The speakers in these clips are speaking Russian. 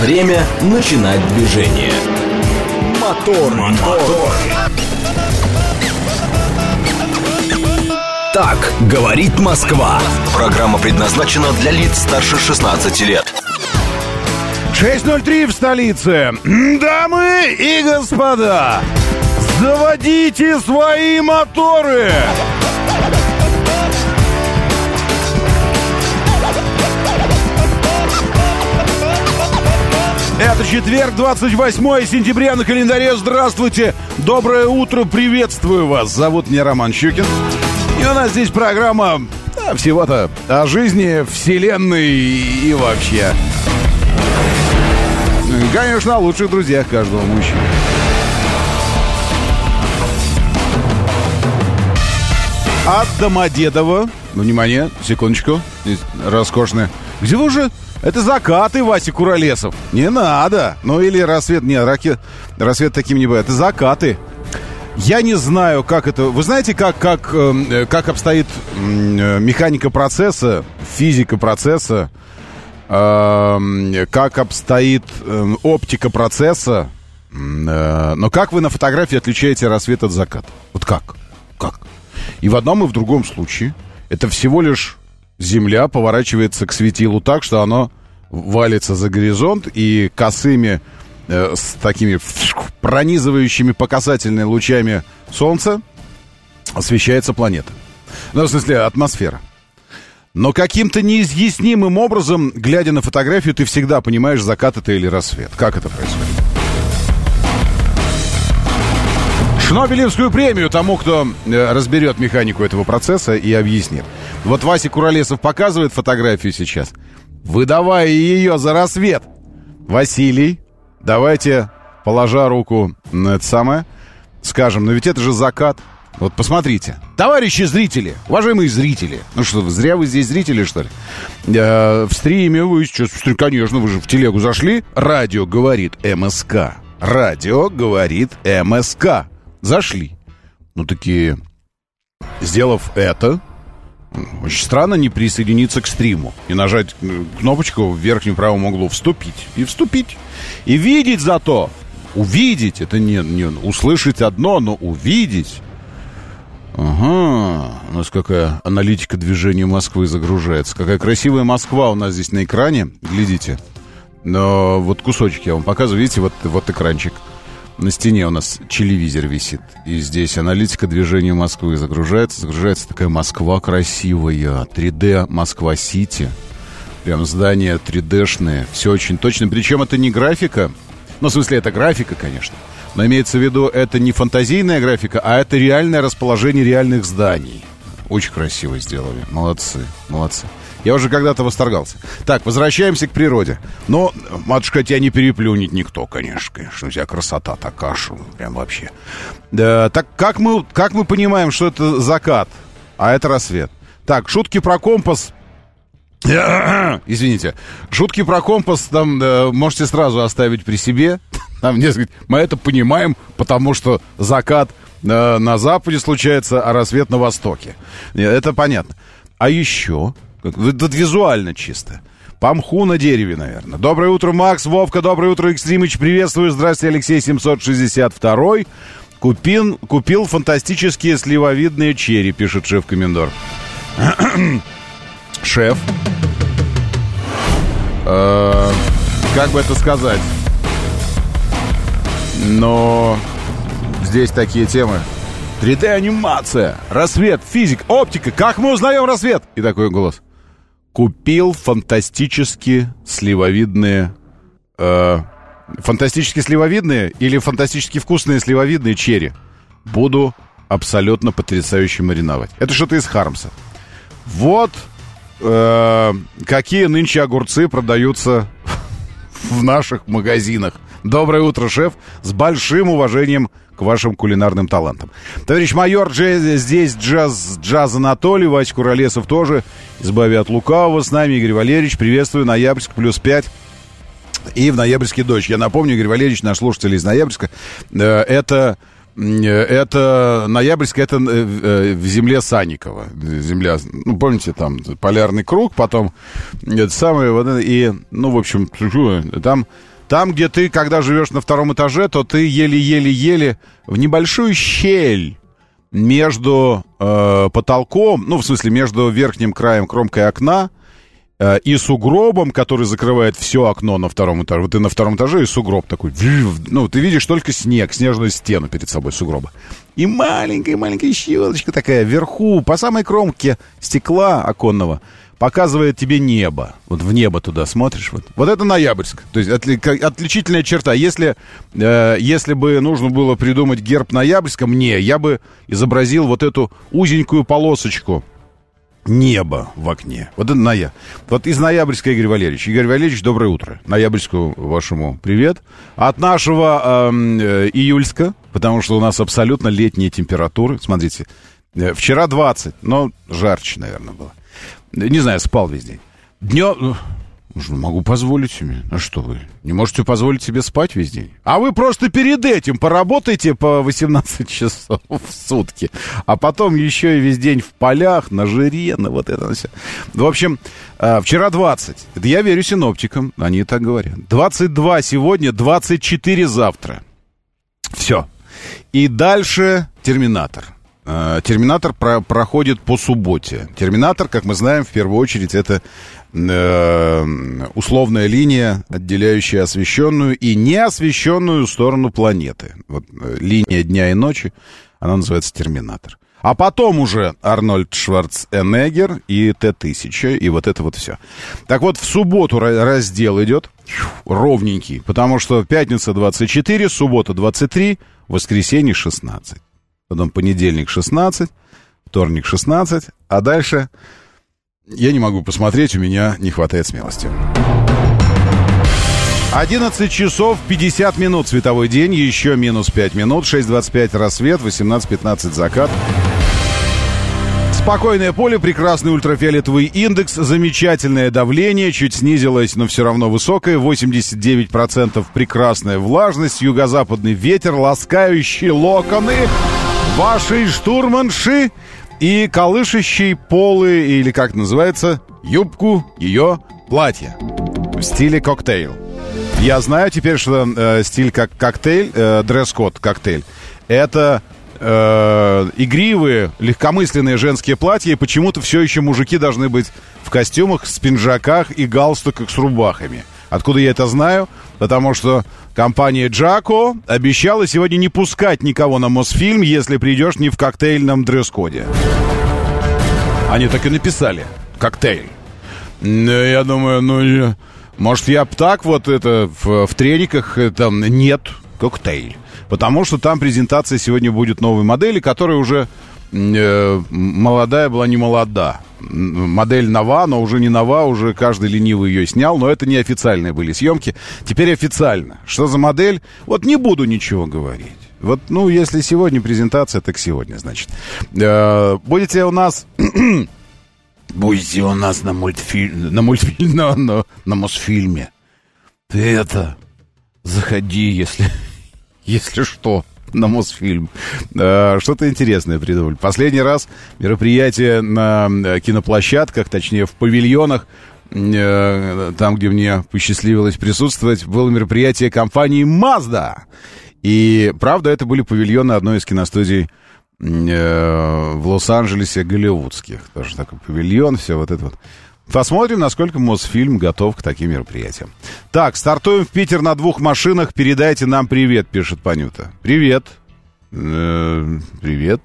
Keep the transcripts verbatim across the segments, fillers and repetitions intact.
Время начинать движение. Мотор, мотор. Так говорит Москва. Программа предназначена для лиц старше шестнадцати лет. шесть ноль три в столице. Дамы и господа, заводите свои моторы. Это четверг, двадцать восьмое сентября на календаре. Здравствуйте, доброе утро, приветствую вас. Зовут меня Роман Щукин. И у нас здесь программа да, всего-то о жизни, вселенной и вообще. Конечно, о лучших друзьях каждого мужчины. От Домодедово. Внимание, секундочку. Здесь роскошная. Где вы уже? Это закаты, Вася Куролесов. Не надо. Ну или рассвет. Нет, раки... рассвет таким не бывает. Это закаты. Я не знаю, как это... Вы знаете, как, как, э, как обстоит э, механика процесса, физика процесса, э, как обстоит э, оптика процесса, э, но как вы на фотографии отличаете рассвет от заката? Вот как? Как? И в одном и в другом случае это всего лишь Земля поворачивается к светилу так, что оно валится за горизонт и косыми... с такими пронизывающими по касательной лучами солнца освещается планета. Ну, в смысле, атмосфера. Но каким-то неизъяснимым образом, глядя на фотографию, ты всегда понимаешь, закат это или рассвет. Как это происходит? Шнобелевскую премию тому, кто разберет механику этого процесса и объяснит. Вот Вася Куролесов показывает фотографию сейчас, выдавая ее за рассвет. Василий, давайте, положа руку на это самое, скажем, ну ведь это же закат. Вот посмотрите. Товарищи зрители, уважаемые зрители. Ну что, зря вы здесь зрители, что ли? Э, в стриме вы сейчас, конечно, вы же в телегу зашли. Радио говорит МСК. Радио говорит МСК. Зашли. Ну такие, сделав это, очень странно не присоединиться к стриму и нажать кнопочку в верхнем правом углу «Вступить». И вступить. И видеть зато. Увидеть. Это не, не услышать одно, но увидеть. Ага. У нас какая аналитика движения Москвы загружается. Какая красивая Москва у нас здесь на экране. Глядите. Но вот кусочек я вам показываю. Видите, вот, вот экранчик. На стене у нас телевизор висит. И здесь аналитика движения Москвы загружается. Загружается такая Москва красивая. три дэ Москва-Сити. Прям здания три дэ-шные. Все очень точно. Причем это не графика. Ну, в смысле, это графика, конечно. Но имеется в виду, это не фантазийная графика, а это реальное расположение реальных зданий. Очень красиво сделали. Молодцы, молодцы. Я уже когда-то восторгался. Так, возвращаемся к природе. Но, матушка, тебя не переплюнет никто, конечно. Конечно, у тебя красота такая, что прям вообще. Да, так как мы, как мы понимаем, что это закат, а это рассвет? Так, шутки про компас. Извините. Шутки про компас там да, можете сразу оставить при себе. Там, дескать, мы это понимаем, потому что закат э, на западе случается, а рассвет на востоке. Это понятно. А еще... Тут визуально чисто. По мху на дереве, наверное. Доброе утро, Макс, Вовка, доброе утро, Экстримыч. Приветствую, здравствуйте, Алексей семьсот шестьдесят два. Купил, купил фантастические сливовидные черри, пишет шеф-комендор. Шеф. Э, как бы это сказать? Но здесь такие темы. три дэ-анимация, рассвет, физика, оптика. Как мы узнаем рассвет? И такой голос. Купил фантастически сливовидные... Э, фантастически сливовидные или фантастически вкусные сливовидные черри. Буду абсолютно потрясающе мариновать. Это что-то из Хармса. Вот э, какие нынче огурцы продаются в наших магазинах. Доброе утро, шеф. С большим уважением к вашим кулинарным талантам. Товарищ майор, джаз, здесь джаз, джаз Анатолий, Вася Куролесов тоже. Избави от лукавого. С нами Игорь Валерьевич. Приветствую. Ноябрьск плюс пять. И в Ноябрьске дождь. Я напомню, Игорь Валерьевич, наш слушатель из Ноябрьска. Это Это Ноябрьская, это в земле Санникова. Земля, ну, помните, там полярный круг, потом это самое, вот это, и, ну, в общем, там, там, где ты, когда живешь на втором этаже, то ты еле-еле-еле в небольшую щель между э, потолком, ну, в смысле, между верхним краем, кромкой окна, и сугробом, который закрывает все окно на втором этаже. Вот ты на втором этаже, и сугроб такой. Ну, ты видишь только снег, снежную стену перед собой сугроба. И маленькая-маленькая щелочка такая вверху, по самой кромке стекла оконного, показывает тебе небо. Вот в небо туда смотришь. Вот, вот это Ноябрьск. То есть отли, отличительная черта. Если, э, если бы нужно было придумать герб Ноябрьска, мне, я бы изобразил вот эту узенькую полосочку небо в окне. Вот это ноя. Вот из Ноябрьска Игорь Валерьевич. Игорь Валерьевич, доброе утро. Ноябрьску вашему привет. От нашего э, июльска, потому что у нас абсолютно летние температуры. Смотрите, э, вчера двадцать, но жарче, наверное, было. Не знаю, спал весь день. Днем... Могу позволить себе. А что вы? Не можете позволить себе спать весь день? А вы просто перед этим поработайте по восемнадцать часов в сутки. А потом еще и весь день в полях, на жире, на вот это все. В общем, вчера двадцать. Это я верю синоптикам, они так говорят. двадцать два сегодня, двадцать четыре завтра. Все. И дальше «Терминатор». «Терминатор» про- проходит по субботе. «Терминатор», как мы знаем, в первую очередь это э, условная линия, отделяющая освещенную и неосвещенную сторону планеты. Вот э, линия дня и ночи, она называется «Терминатор». А потом уже Арнольд Шварценеггер и Т тысяча, и вот это вот все. Так вот, в субботу раздел идет ровненький, потому что пятница двадцать четыре, суббота двадцать три, воскресенье шестнадцать. Потом понедельник шестнадцать, вторник шестнадцать, а дальше я не могу посмотреть, у меня не хватает смелости. одиннадцать часов пятьдесят минут световой день, еще минус пять минут, шесть двадцать пять рассвет, восемнадцать пятнадцать закат. Спокойное поле, прекрасный ультрафиолетовый индекс, замечательное давление, чуть снизилось, но все равно высокое, восемьдесят девять процентов прекрасная влажность, юго-западный ветер, ласкающий локоны вашей штурманши и колышащий полы, или как это называется, юбку ее платья в стиле коктейль. Я знаю теперь, что э, стиль как коктейль, э, дресс-код коктейль, это э, игривые, легкомысленные женские платья, и почему-то все еще мужики должны быть в костюмах, с пинжаках и галстуках с рубахами. Откуда я это знаю? Потому что компания Джако обещала сегодня не пускать никого на Мосфильм, если придешь не в коктейльном дресс-коде. Они так и написали. Коктейль. Я думаю, ну, может, я б так вот это в, в трениках, там, нет, коктейль. Потому что там презентация сегодня будет новой модели, которая уже э, молодая была, не молода. Модель нова, но уже не нова, уже каждый ленивый ее снял, но это не официальные были съемки. Теперь официально. Что за модель? Вот не буду ничего говорить. Вот, ну, если сегодня презентация, так сегодня, значит. Э, будете у нас... Будете у нас на мультфильме, на мультфильме, на, на, на Мосфильме. Ты это, заходи, если, если что, на Мосфильм. А, что-то интересное придумали. Последний раз мероприятие на киноплощадках, точнее в павильонах, там, где мне посчастливилось присутствовать, было мероприятие компании Mazda. И, правда, это были павильоны одной из киностудий в Лос-Анджелесе, голливудских. Тоже такой павильон, все вот это вот. Посмотрим, насколько Мосфильм готов к таким мероприятиям. Так, стартуем в Питер на двух машинах. Передайте нам привет, пишет Панюта. Привет. Э-э- привет.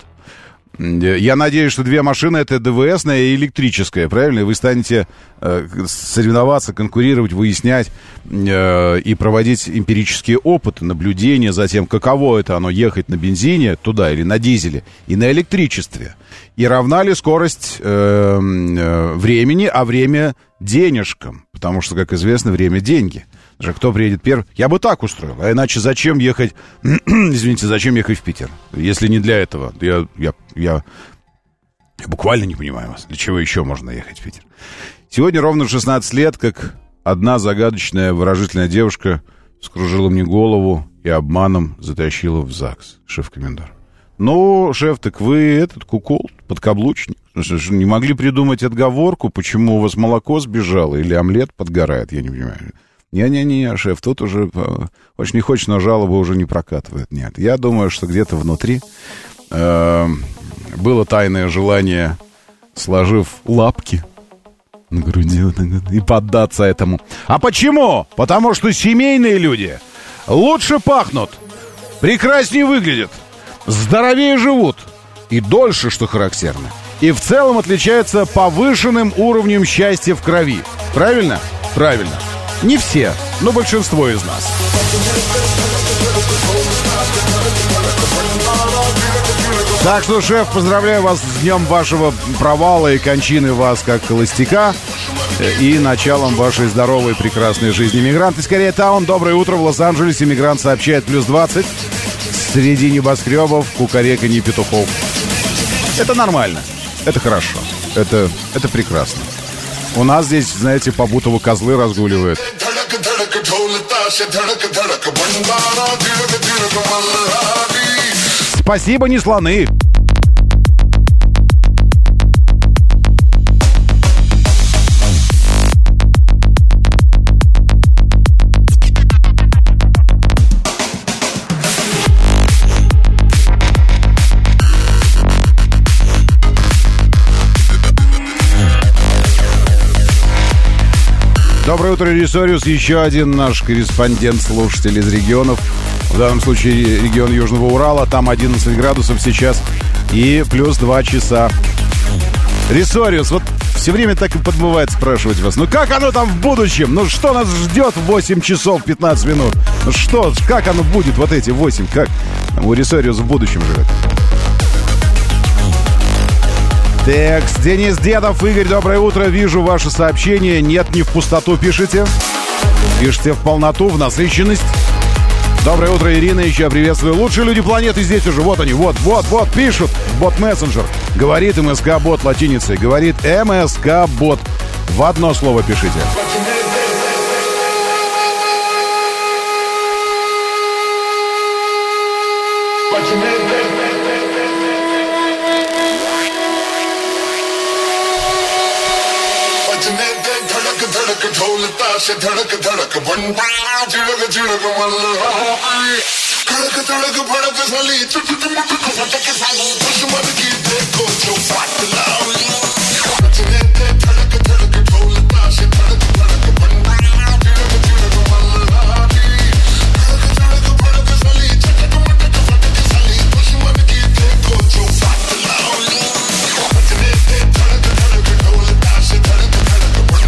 Я надеюсь, что две машины — это ДВСная и электрическая, правильно? И вы станете э, соревноваться, конкурировать, выяснять э, и проводить эмпирические опыты, наблюдения за тем, каково это оно ехать на бензине туда или на дизеле и на электричестве. И равна ли скорость э, э, времени, а время денежкам? Потому что, как известно, время — деньги. Даже кто приедет первый? Я бы так устроил. А иначе зачем ехать... Извините, зачем ехать в Питер? Если не для этого. Я, я, я, я буквально не понимаю вас. Для чего еще можно ехать в Питер? Сегодня ровно шестнадцать лет, как одна загадочная, выражительная девушка скружила мне голову и обманом затащила в ЗАГС, шеф-комендар. Ну, шеф, так вы этот кукол, подкаблучник. Не могли придумать отговорку, почему у вас молоко сбежало или омлет подгорает, я не понимаю. Не-не-не, шеф, тут уже очень не хочешь, но жалоба уже не прокатывает. Нет, я думаю, что где-то внутри э, было тайное желание, сложив лапки на груди и поддаться этому. А почему? Потому что семейные люди лучше пахнут, прекраснее выглядят, здоровее живут и дольше, что характерно. И в целом отличаются повышенным уровнем счастья в крови. Правильно? Правильно. Не все, но большинство из нас. Так что, шеф, поздравляю вас с днем вашего провала и кончины вас как холостяка и началом вашей здоровой прекрасной жизни. Мигрант из Кореятаун. Доброе утро в Лос-Анджелесе. Мигрант сообщает плюс двадцать. Среди небоскребов кукареканье петухов. Это нормально. Это хорошо. Это, это прекрасно. У нас здесь, знаете, по Бутову козлы разгуливают. Спасибо, не слоны. Доброе утро, Ресориус. Еще один наш корреспондент-слушатель из регионов. В данном случае регион Южного Урала. Там одиннадцать градусов сейчас и плюс два часа. Ресориус, вот все время так и подмывает спрашивать вас. Ну как оно там в будущем? Ну что нас ждет в восемь часов пятнадцать минут? Ну что, как оно будет вот эти восемь? Как у Ресориус в будущем живет? Текс. Денис Дедов. Игорь, доброе утро. Вижу ваше сообщение. Нет, не в пустоту пишите. Пишите в полноту, в насыщенность. Доброе утро, Ирина. Еще приветствую. Лучшие люди планеты здесь уже. Вот они. Вот, вот, вот. Пишут. Бот-мессенджер. Говорит МСК-бот латиницей. Говорит МСК-бот. В одно слово пишите. से धड़क धड़क बन चिड़क चिड़क मल्हारी धड़क धड़क भड़क साली चुट चुट मुट फटक साली दुश्मन की देखो जो फाट लाऊं बचने दे धड़क धड़क ढोलता से धड़क धड़क बन चिड़क चिड़क मल्हारी धड़क धड़क भड़क साली चुट मुट फटक साली दुश्मन की देखो जो फाट लाऊं बचने दे धड़क धड़क ढोलता से धड़क धड़क बन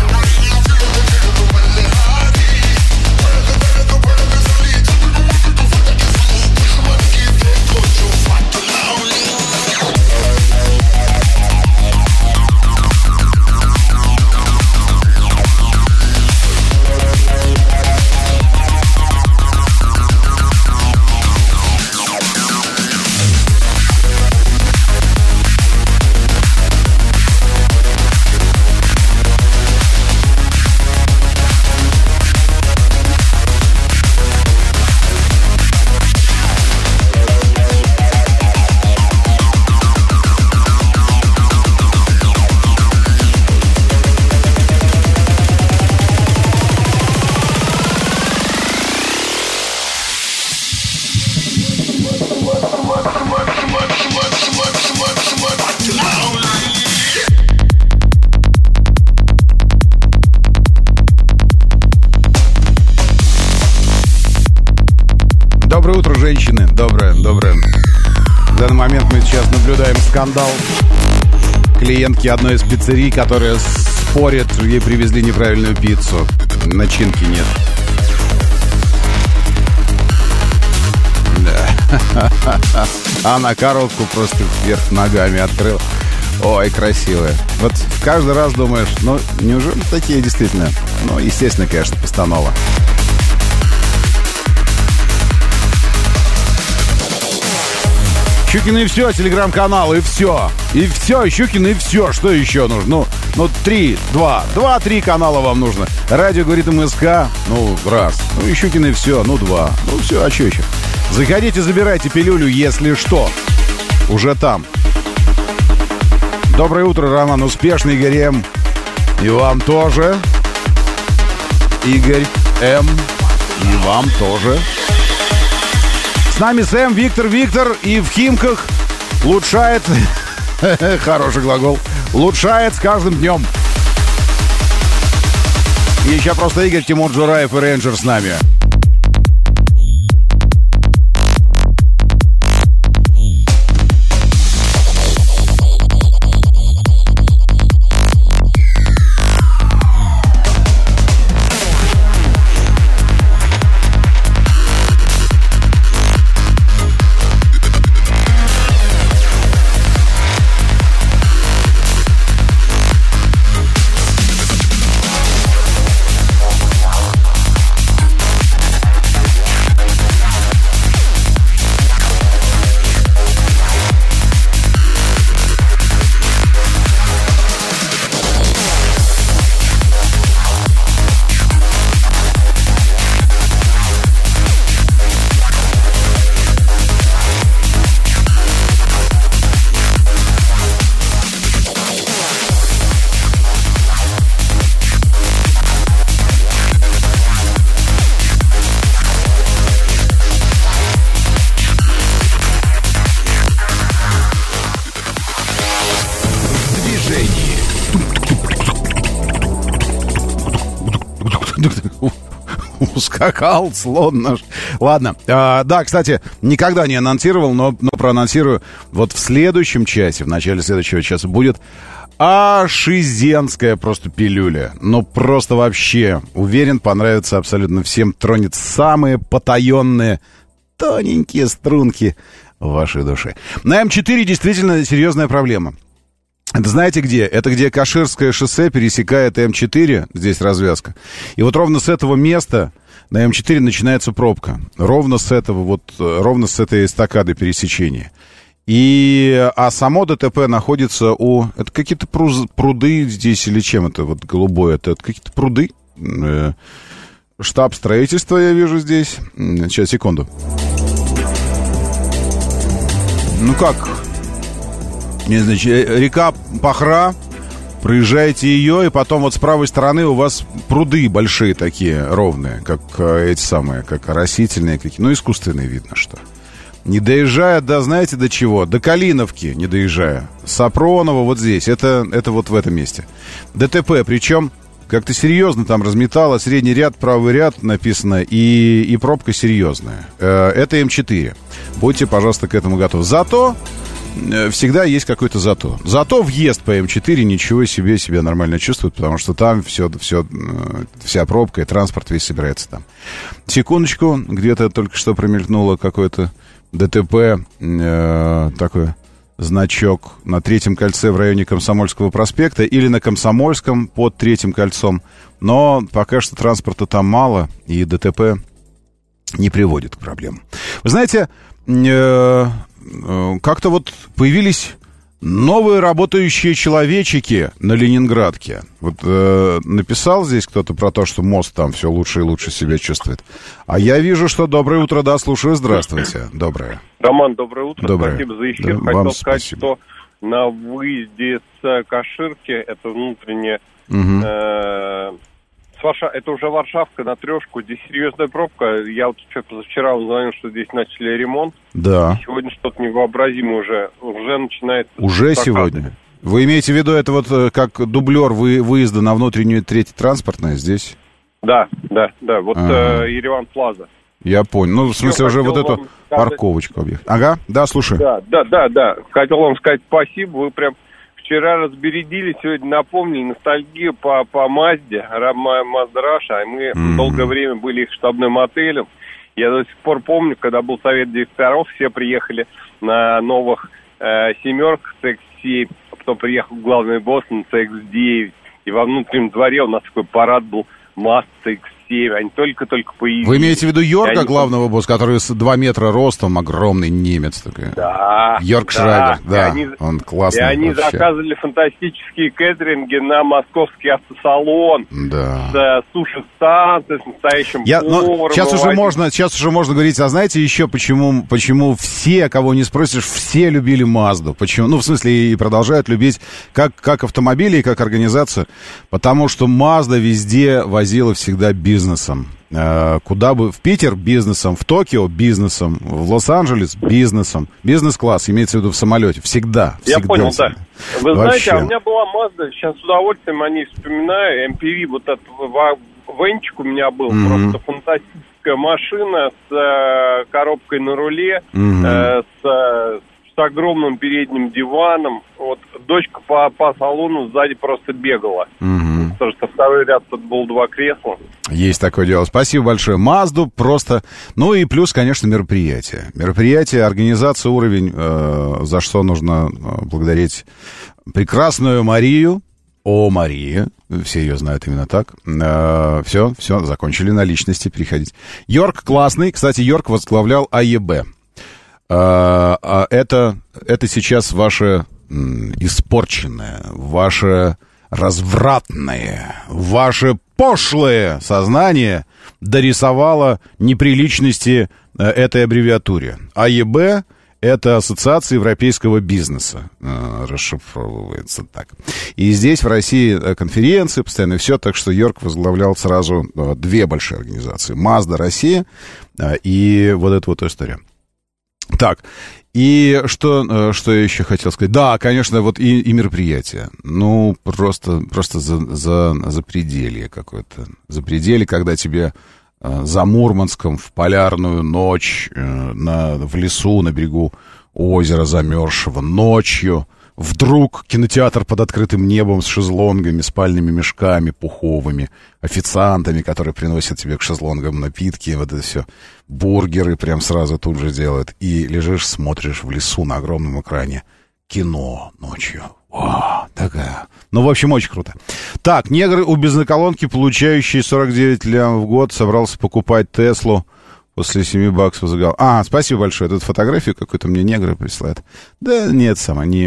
Доброе утро, женщины. Доброе, доброе. В данный момент мы сейчас наблюдаем скандал клиентки одной из пиццерий, которая спорит, ей привезли неправильную пиццу. Начинки нет. Да. Она коробку просто вверх ногами открыла. Ой, красивая. Вот каждый раз думаешь, ну, неужели такие действительно? Ну, естественно, конечно, постанова. Щукин и все, телеграм-канал, и все. И все, Щукин и все. Что еще нужно? Ну, Ну, три, два, два-три канала вам нужно. Радио говорит МСК, ну, раз. Ну, и Щукин, и все, ну, два. Ну, все, а что еще? Заходите, забирайте пилюлю, если что. Уже там. Доброе утро, Роман. Успешный Игорь М. И вам тоже. Игорь М. И вам тоже. С нами Сэм, Виктор, Виктор. И в Химках улучшает... Хороший глагол. Улучшает с каждым днем. И еще просто Игорь, Тимур Джураев и Рейнджер с нами. Ускакал слон наш. Ладно. А, да, кстати, никогда не анонсировал, но, но проанонсирую. Вот в следующем часе, в начале следующего часа будет ашизенская просто пилюля. Ну, просто вообще, уверен, понравится абсолютно всем. Тронет самые потаенные, тоненькие струнки вашей души. На эм четыре действительно серьезная проблема. Это знаете где? Это где Каширское шоссе пересекает эм четыре, здесь развязка. И вот ровно с этого места на эм четыре начинается пробка. Ровно с этого, вот, ровно с этой эстакады пересечения. И, а само ДТП находится у... Это какие-то пруз, пруды здесь или чем это вот голубое? Это, это какие-то пруды. Штаб строительства я вижу здесь. Сейчас, секунду. Ну как... Не знаю, река Пахра, проезжаете ее, и потом вот с правой стороны у вас пруды большие такие, ровные, как эти самые, как оросительные какие, ну, искусственные видно, что. Не доезжая до, знаете, до чего? До Калиновки, не доезжая. Сапронова вот здесь, это, это вот в этом месте. ДТП, причем как-то серьезно там разметало, средний ряд, правый ряд написано, и, и пробка серьезная. Это эм четыре. Будьте, пожалуйста, к этому готовы. Зато... Всегда есть какой-то зато. Зато въезд по эм четыре ничего себе себя нормально чувствует, потому что там все, все, вся пробка и транспорт весь собирается там. Секундочку, где-то только что промелькнуло какое-то ДТП, э, такой значок на Третьем кольце в районе Комсомольского проспекта или на Комсомольском под Третьим кольцом. Но пока что транспорта там мало, и ДТП не приводит к проблемам. Вы знаете... Э, как-то вот появились новые работающие человечики на Ленинградке. Вот э, написал здесь кто-то про то, что мост там все лучше и лучше себя чувствует. А я вижу, что доброе утро, да, слушаю, здравствуйте. Доброе. Роман, доброе утро, доброе. Спасибо за эфир. Да, хотел сказать, спасибо. что на выезде с Каширки, это внутренняя, угу. э, с Варшав... это уже Варшавка на трешку, здесь серьезная пробка. Я вот позавчера узнал, что здесь начали ремонт. Да. Сегодня что-то невообразимое уже, уже начинается. Уже сегодня? Вы имеете в виду это вот как дублер вы... выезда на внутреннюю треть транспортная здесь? Да, да, да, вот ага. э, Ереван Плаза. Я понял. Ну, в смысле, уже вот эту сказать... парковочку объехать. Ага, да, слушай. Да, да, да, да. Хотел вам сказать спасибо, вы прям... Вчера разбередили, сегодня напомнили ностальгию по, по Мазде, Мазда Раша. Мы mm-hmm. долгое время были их штабным отелем. Я до сих пор помню, когда был совет директоров, все приехали на новых э, семерках си икс семь, а потом приехал главный босс на си икс девять. И во внутреннем дворе у нас такой парад был Мазда си икс семь, они только-только появились. Вы имеете в виду Йорка, они... главного босса, который с два метра ростом, огромный немец такой? Да. Йорк да. Шрайбер, да, они, он классный. И они вообще. заказывали фантастические кэтеринги на московский автосалон. Да. С э, суши-станцией, с настоящим Я, ну, поваром. сейчас, уже можно, сейчас уже можно говорить, а знаете еще, почему, почему все, кого не спросишь, все любили Мазду? Почему? Ну, в смысле, и продолжают любить как, как автомобили и как организацию. Потому что Мазда везде возила всегда бизнесом. Куда бы... В Питер бизнесом, в Токио бизнесом, в Лос-Анджелес бизнесом. Бизнес-класс, имеется в виду в самолете. Всегда. Я всегда, понял, всегда. да. Вы Вообще. знаете, а у меня была Мазда, сейчас с удовольствием о ней вспоминаю. эм пи ви, вот этот венчик у меня был, mm-hmm. просто фантастическая машина с э, коробкой на руле, mm-hmm. э, с, э, с огромным передним диваном. Вот дочка по, по салону сзади просто бегала. Mm-hmm. Потому что второй ряд тут был два кресла. Есть такое дело. Спасибо большое. Мазду просто... Ну и плюс, конечно, мероприятие. Мероприятие, организация, уровень, э, за что нужно э, благодарить прекрасную Марию. О, Мария. Все ее знают именно так. Э, все, все, закончили на личности переходить. Йорк классный. Кстати, Йорк возглавлял а е бэ. Э, э, это, это сейчас ваше м, испорченное, ваше... развратное, ваше пошлое сознание дорисовало неприличности э, этой аббревиатуре. а е бэ — это Ассоциация европейского бизнеса, э, расшифровывается так. И здесь в России конференции постоянно все, так что Йорк возглавлял сразу э, две большие организации. Мазда Россия э, и вот эта вот история. Так, и что, что я еще хотел сказать? Да, конечно, вот и, и мероприятие. Ну, просто, просто за, за, запределье какое-то. Запределье, когда тебе э, за Мурманском в полярную ночь э, на, в лесу на берегу озера замерзшего ночью вдруг кинотеатр под открытым небом с шезлонгами, спальными мешками пуховыми, официантами, которые приносят тебе к шезлонгам напитки, вот это все, бургеры прям сразу тут же делают. И лежишь, смотришь в лесу на огромном экране кино ночью. О, такая. Ну, в общем, очень круто. Так, негр у бензоколонки, получающий сорок девять лям в год, собрался покупать Теслу. После семи баксов загал. А, спасибо большое. Тут фотографию какую-то мне негры присылают. Да нет, сама не...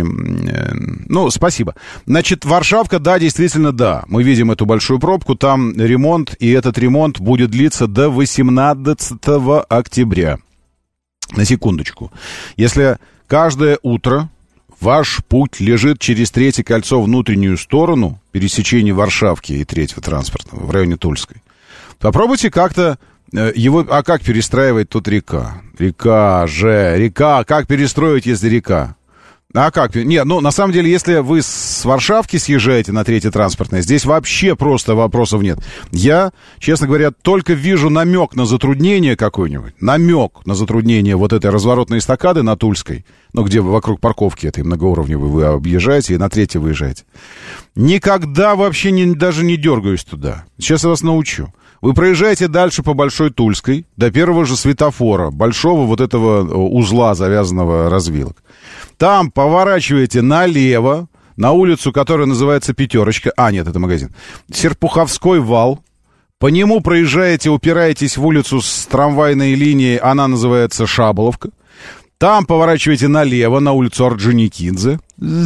Ну, спасибо. Значит, Варшавка, да, действительно, да. Мы видим эту большую пробку. Там ремонт, и этот ремонт будет длиться до восемнадцатого октября. На секундочку. Если каждое утро ваш путь лежит через третье кольцо внутреннюю сторону пересечения Варшавки и третьего транспортного в районе Тульской, попробуйте как-то его, а как перестраивать тут река? Река же, река, как перестроить, если река? А как? Нет, ну, на самом деле, если вы с Варшавки съезжаете на третье транспортное, здесь вообще просто вопросов нет. Я, честно говоря, только вижу намек на затруднение какой-нибудь, намек на затруднение вот этой разворотной эстакады на Тульской, ну, где вокруг парковки этой многоуровневой вы объезжаете и на третье выезжаете. Никогда вообще не, даже не дергаюсь туда. Сейчас я вас научу. Вы проезжаете дальше по Большой Тульской, до первого же светофора, большого вот этого узла, завязанного развилок. Там поворачиваете налево, на улицу, которая называется Пятерочка. А, нет, это магазин. Серпуховской вал. По нему проезжаете, упираетесь в улицу с трамвайной линией, она называется Шаболовка. Там поворачиваете налево, на улицу Орджоникидзе.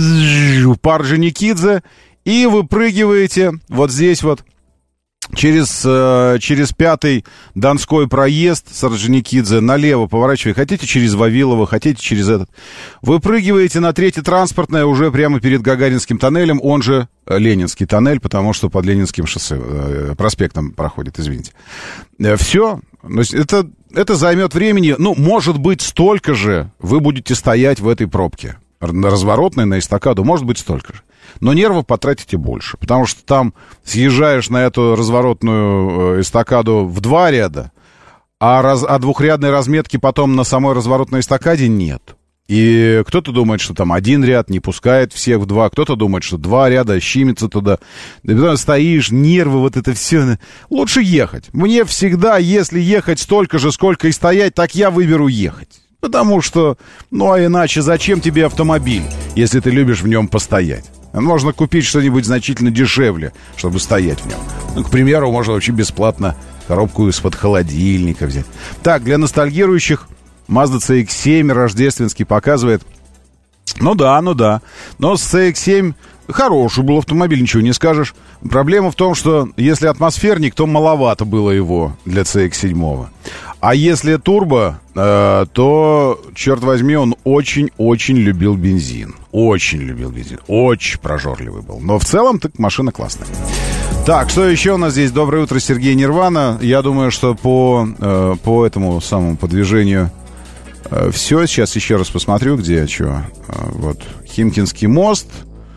По Орджоникидзе. И выпрыгиваете вот здесь вот. Через, э, через пятый Донской проезд с Орджоникидзе налево поворачиваете. Хотите через Вавилово, хотите через этот. Выпрыгиваете на третье транспортное уже прямо перед Гагаринским тоннелем, он же Ленинский тоннель, потому что под Ленинским шоссе, э, проспектом проходит, извините. Э, все. Это, это займет времени. Ну, может быть, столько же вы будете стоять в этой пробке. На разворотной, на эстакаду, может быть, столько же. Но нервов потратите больше, потому что там съезжаешь на эту разворотную эстакаду в два ряда, а, раз, а двухрядной разметки потом на самой разворотной эстакаде нет. И кто-то думает, что там один ряд не пускает всех в два, кто-то думает, что два ряда щимится туда. И потом стоишь, нервы, вот это все. Лучше ехать. Мне всегда, если ехать столько же, сколько и стоять, так я выберу ехать. Потому что, ну а иначе зачем тебе автомобиль, если ты любишь в нем постоять? Можно купить что-нибудь значительно дешевле, чтобы стоять в нем. Ну, к примеру, можно вообще бесплатно коробку из-под холодильника взять. Так, для ностальгирующих Mazda си икс семь рождественский показывает. Ну да, ну да. Но с си икс семь хороший был автомобиль, ничего не скажешь. Проблема в том, что если атмосферник, то маловато было его для си икс семь. А если турбо, э, то, черт возьми, он очень-очень любил бензин. Очень любил бензин. Очень прожорливый был. Но в целом, так машина классная. Так, что еще у нас здесь? Доброе утро, Сергей Нирвана. Я думаю, что по, э, по этому самому подвижению э, все. Сейчас еще раз посмотрю, где что. Э, вот, Химкинский мост.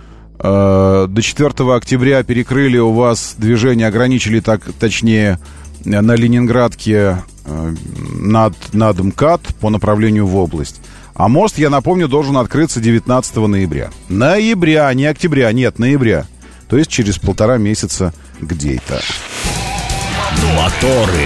Э, до четвёртого октября перекрыли у вас движение, ограничили, так, точнее, на Ленинградке э, над, над МКАД по направлению в область. А мост, я напомню, должен открыться девятнадцатого ноября. Ноября, не октября, нет, ноября. То есть через полтора месяца где-то. Моторы.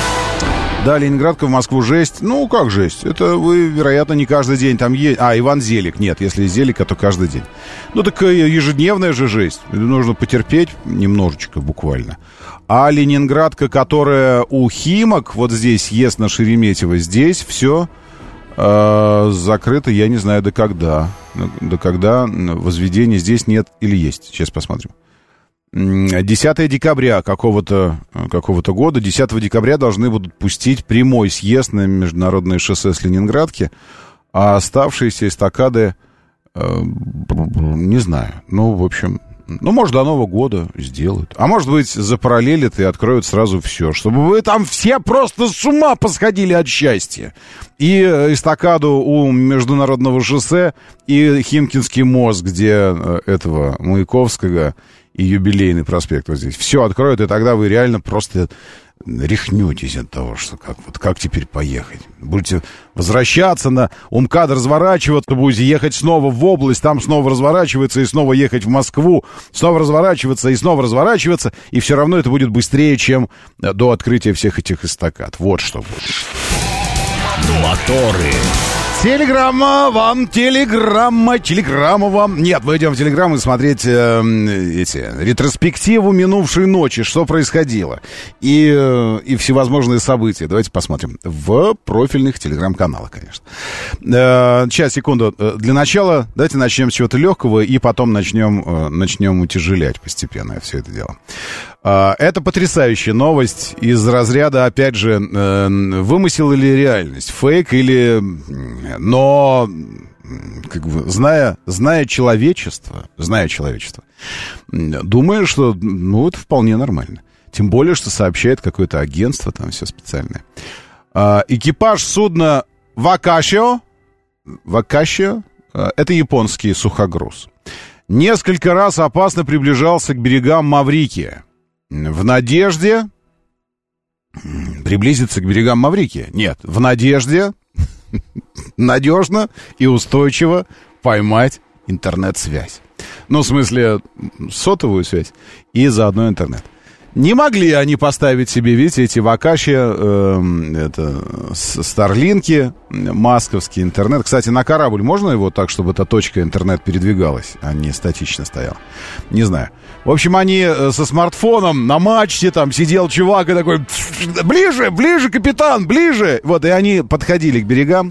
Да, Ленинградка в Москву жесть. Ну, как жесть? Это вы, вероятно, не каждый день там есть. А, Иван Зелик. Нет, если из Зелика, то каждый день. Ну, так ежедневная же жесть. Нужно потерпеть немножечко буквально. А Ленинградка, которая у Химок, вот здесь есть на Шереметьево, здесь все э, закрыто, я не знаю, до когда. До когда возведения здесь нет или есть. Сейчас посмотрим. десятого декабря какого-то, какого-то года, десятого декабря должны будут пустить прямой съезд на международное шоссе с Ленинградки, а оставшиеся эстакады, э, не знаю, ну, в общем, ну, может, до Нового года сделают. А может быть, запараллелят и откроют сразу все, чтобы вы там все просто с ума посходили от счастья. И эстакаду у международного шоссе, и Химкинский мост, где этого Маяковского и Юбилейный проспект вот здесь. Все откроют, и тогда вы реально просто рехнетесь от того, что как, вот, как теперь поехать. Будете возвращаться на УМКАД, разворачиваться, будете ехать снова в область, там снова разворачиваться и снова ехать в Москву, снова разворачиваться и снова разворачиваться, и все равно это будет быстрее, чем до открытия всех этих эстакад. Вот что будет. Моторы. Телеграмма вам, телеграмма, телеграмма вам. Нет, мы идем в телеграмму смотреть э, эти, ретроспективу минувшей ночи, что происходило. И, э, и всевозможные события. Давайте посмотрим. В профильных телеграм-каналах, конечно. Э, сейчас, секунду. Для начала давайте начнем с чего-то легкого, и потом начнем, э, начнем утяжелять постепенно все это дело. Э, это потрясающая новость из разряда, опять же, э, вымысел или реальность, фейк или... Но, как бы, зная, зная человечество, зная человечество, думаю, что, ну, это вполне нормально. Тем более, что сообщает какое-то агентство, там все специальное. А, экипаж судна Вакашио, Вакашио, а, это японский сухогруз, несколько раз опасно приближался к берегам Маврикия в надежде приблизиться к берегам Маврикия. Нет, в надежде надежно и устойчиво поймать интернет-связь. Ну, в смысле, сотовую связь и заодно интернет. Не могли они поставить себе, видите, эти Вакаши, э, это, старлинки, масковский интернет. Кстати, на корабль можно его так, чтобы эта точка интернет передвигалась, а не статично стояла? Не знаю. В общем, они со смартфоном на мачте, там сидел чувак и такой: ближе, ближе, капитан, ближе. Вот, и они подходили к берегам.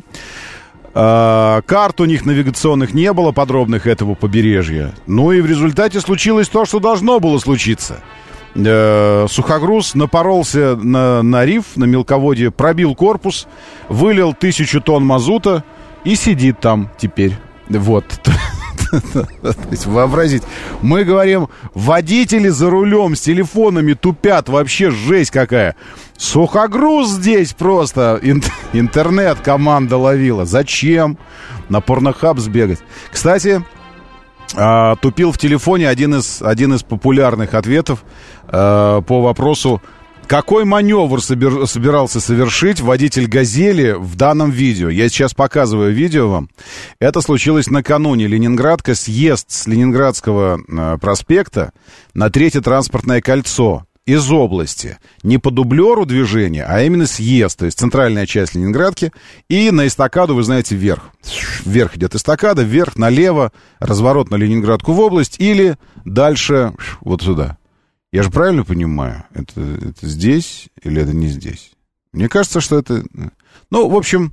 А, карт у них навигационных не было, подробных, этого побережья. Ну и в результате случилось то, что должно было случиться. Сухогруз напоролся на, на риф, на мелководье, пробил корпус, вылил тысячу тонн мазута и сидит там теперь. Вот. То есть вообразить. Мы говорим, водители за рулем с телефонами тупят, вообще жесть какая. Сухогруз здесь просто интернет команда ловила. Зачем? На порнохаб сбегать. Кстати, А, тупил в телефоне один из, один из популярных ответов а, по вопросу, какой маневр собир, собирался совершить водитель «Газели» в данном видео. Я сейчас показываю видео вам. Это случилось накануне. Ленинградка, съезд с Ленинградского а, проспекта на Третье транспортное кольцо из области. Не по дублеру движения, а именно съезд, то есть центральная часть Ленинградки. И на эстакаду, вы знаете, вверх. Вверх идет эстакада, вверх, налево, разворот на Ленинградку в область или дальше вот сюда. Я же правильно понимаю, это, это здесь или это не здесь? Мне кажется, что это... Ну, в общем...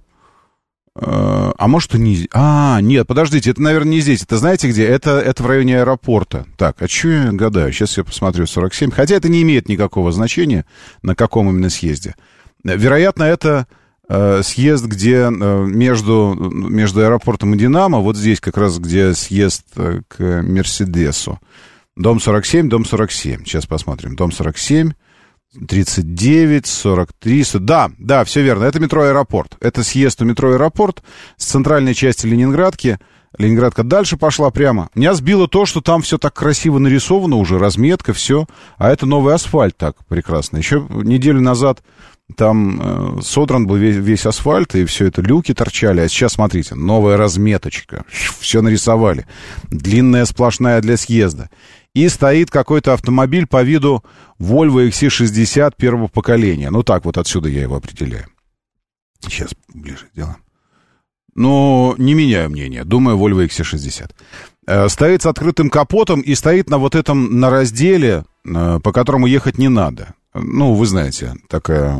Э, а может, и не... А, нет, подождите, это, наверное, не здесь. Это знаете где? Это, это в районе аэропорта. Так, а что я гадаю? Сейчас я посмотрю, сорок семь. Хотя это не имеет никакого значения, на каком именно съезде. Вероятно, это э, съезд, где э, между, между аэропортом и Динамо, вот здесь как раз, где съезд э, к Мерседесу. Дом сорок семь, дом сорок семь. Сейчас посмотрим. Дом сорок семь, тридцать девять, сорок три. Да, да, все верно. Это метро «Аэропорт». Это съезд у метро «Аэропорт» с центральной части Ленинградки. Ленинградка дальше пошла прямо. Меня сбило то, что там все так красиво нарисовано уже, разметка, все. А это новый асфальт так прекрасно. Еще неделю назад там э, содран был весь, весь асфальт, и все это люки торчали. А сейчас, смотрите, новая разметочка. Все нарисовали. Длинная сплошная для съезда. И стоит какой-то автомобиль по виду Volvo икс си шестьдесят первого поколения. Ну, так вот отсюда я его определяю. Сейчас ближе сделаем. Ну, не меняю мнение. Думаю, Volvo икс си шестьдесят. Э, стоит с открытым капотом и стоит на вот этом, на разделе, э, по которому ехать не надо. Ну, вы знаете, такая,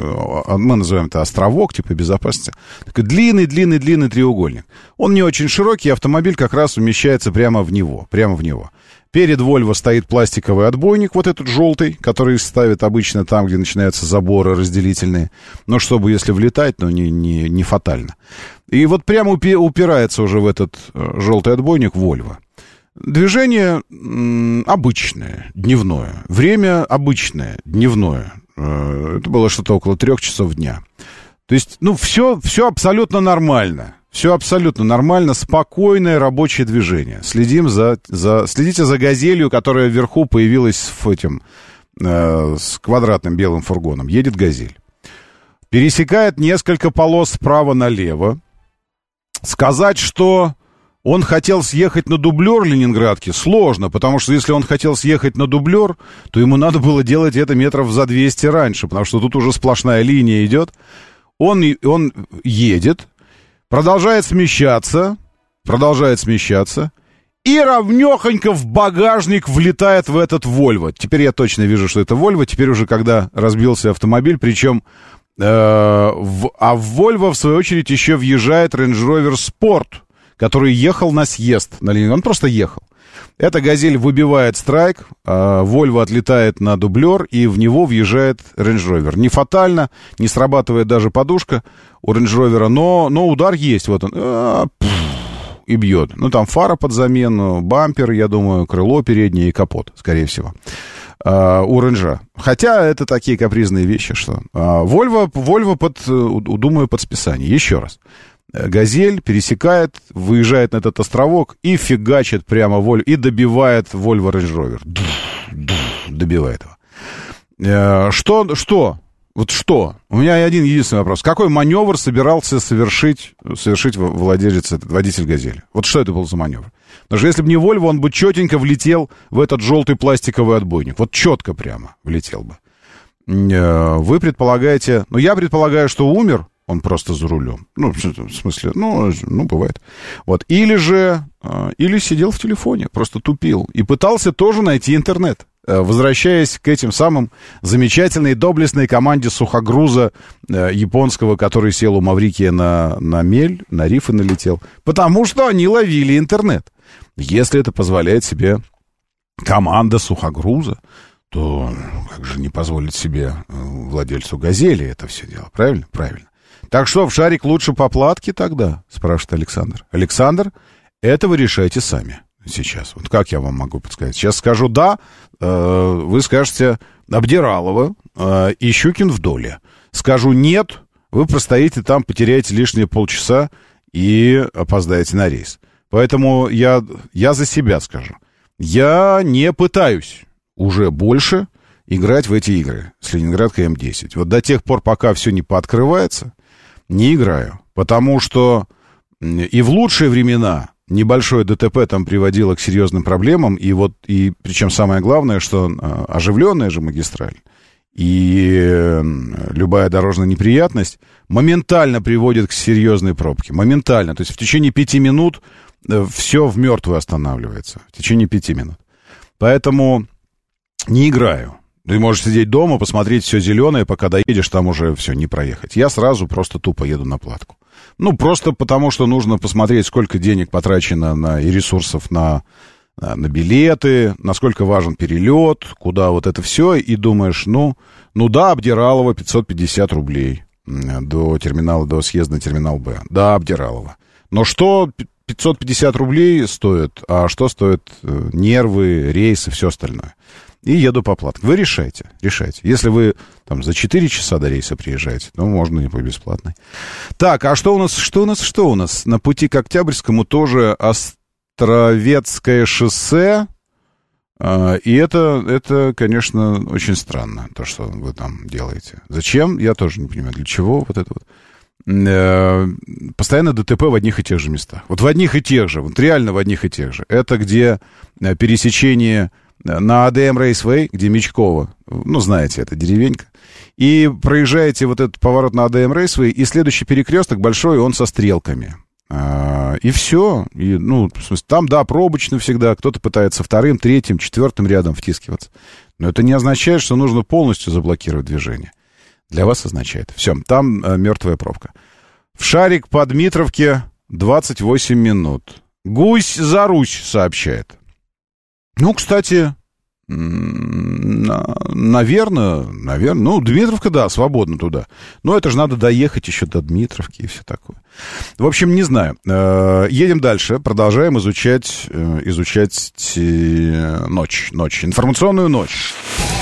э, мы называем это островок, типа безопасности. Такой длинный-длинный-длинный треугольник. Он не очень широкий, автомобиль как раз умещается прямо в него, прямо в него. Перед Volvo стоит пластиковый отбойник, вот этот желтый, который ставят обычно там, где начинаются заборы разделительные. Но чтобы, если влетать, но не, не, не фатально. И вот прямо упирается уже в этот желтый отбойник Volvo. Движение м, обычное, дневное. Время обычное, дневное. Это было что-то около трех часов дня. То есть, ну, все, все абсолютно нормально. Все абсолютно нормально, спокойное рабочее движение. Следим за, за, следите за «Газелью», которая вверху появилась с этим, э, с квадратным белым фургоном. Едет «Газель». Пересекает несколько полос справа налево. Сказать, что он хотел съехать на дублер Ленинградки, сложно, потому что если он хотел съехать на дублер, то ему надо было делать это метров за двести раньше, потому что тут уже сплошная линия идет. Он, он едет. Продолжает смещаться, продолжает смещаться, и ровнёхонько в багажник влетает в этот Volvo. Теперь я точно вижу, что это Volvo, теперь уже когда разбился автомобиль, причем, э, в, а в Volvo, в свою очередь, еще въезжает Range Rover Sport, который ехал на съезд на Ленинград, он просто ехал. Эта «Газель» выбивает страйк, а Volvo отлетает на дублер, и в него въезжает Range Rover. Не фатально, не срабатывает даже подушка у Range Rover, но, но удар есть. Вот он, а, пфф, и бьет. Ну, там фара под замену, бампер, я думаю, крыло переднее и капот, скорее всего, а, у Range. Хотя это такие капризные вещи, что... А, Volvo, Volvo под, думаю, под списание. Еще раз. «Газель» пересекает, выезжает на этот островок и фигачит прямо Volvo, и добивает Volvo Range Rover. Добивает его. Что, что? Вот что? У меня один единственный вопрос. Какой маневр собирался совершить, совершить владелец, этот водитель «Газели»? Вот что это был за маневр? Потому что если бы не Volvo, он бы четенько влетел в этот желтый пластиковый отбойник. Вот четко прямо влетел бы. Вы предполагаете... Ну, я предполагаю, что умер он просто за рулем. Ну, в смысле, ну, ну бывает. Вот. Или же, или сидел в телефоне, просто тупил. И пытался тоже найти интернет. Возвращаясь к этим самым замечательной, доблестной команде сухогруза японского, который сел у Маврикия на, на мель, на риф и налетел. Потому что они ловили интернет. Если это позволяет себе команда сухогруза, то как же не позволить себе владельцу «Газели» это все дело? Правильно? Правильно. Так что, в шарик лучше по платке тогда, спрашивает Александр. Александр, это вы решайте сами сейчас. Вот как я вам могу подсказать? Сейчас скажу «да», э, вы скажете «Обдиралово» э, и «Щукин в доле». Скажу «нет», вы простоите там, потеряете лишние полчаса и опоздаете на рейс. Поэтому я, я за себя скажу. Я не пытаюсь уже больше играть в эти игры с Ленинградкой эм десять. Вот до тех пор, пока все не пооткрывается, не играю. Потому что и в лучшие времена небольшое ДТП там приводило к серьезным проблемам. И вот, и причем самое главное, что оживленная же магистраль и любая дорожная неприятность моментально приводит к серьезной пробке. Моментально. То есть в течение пяти минут все в мертвую останавливается. В течение пяти минут. Поэтому не играю. Ты можешь сидеть дома, посмотреть все зеленое, пока доедешь, там уже все, не проехать. Я сразу просто тупо еду на платку. Ну, просто потому, что нужно посмотреть, сколько денег потрачено на, и ресурсов на, на билеты, насколько важен перелет, куда вот это все, и думаешь, ну, ну да, Абдиралова пятьсот пятьдесят рублей до терминала, до съезда на терминал Б. Да, Абдиралова. Но что пятьсот пятьдесят рублей стоит, а что стоят нервы, рейсы, все остальное? И еду по платке. Вы решайте, решайте. Если вы там за четыре часа до рейса приезжаете, ну, можно и по бесплатной. Так, а что у нас, что у нас, что у нас? На пути к Октябрьскому тоже Островецкое шоссе. И это, это, конечно, очень странно, то, что вы там делаете. Зачем? Я тоже не понимаю, для чего вот это вот. Постоянно ДТП в одних и тех же местах. Вот в одних и тех же, вот реально в одних и тех же. Это где пересечение на АДМ Рейсвей, где Мечково, ну, знаете, это деревенька, и проезжаете вот этот поворот на АДМ Рейсвей, и следующий перекресток большой, он со стрелками. И все. И, ну, в смысле, там, да, пробочно всегда, кто-то пытается вторым, третьим, четвертым рядом втискиваться. Но это не означает, что нужно полностью заблокировать движение. Для вас означает. Все, там э, мертвая пробка. В Шарик по Дмитровке двадцать восемь минут. Гусь за Русь сообщает. Ну, кстати, наверное, наверное, ну, Дмитровка, да, свободно туда. Но это же надо доехать еще до Дмитровки и все такое. В общем, не знаю. Едем дальше, продолжаем изучать, изучать ночь, ночь, информационную ночь.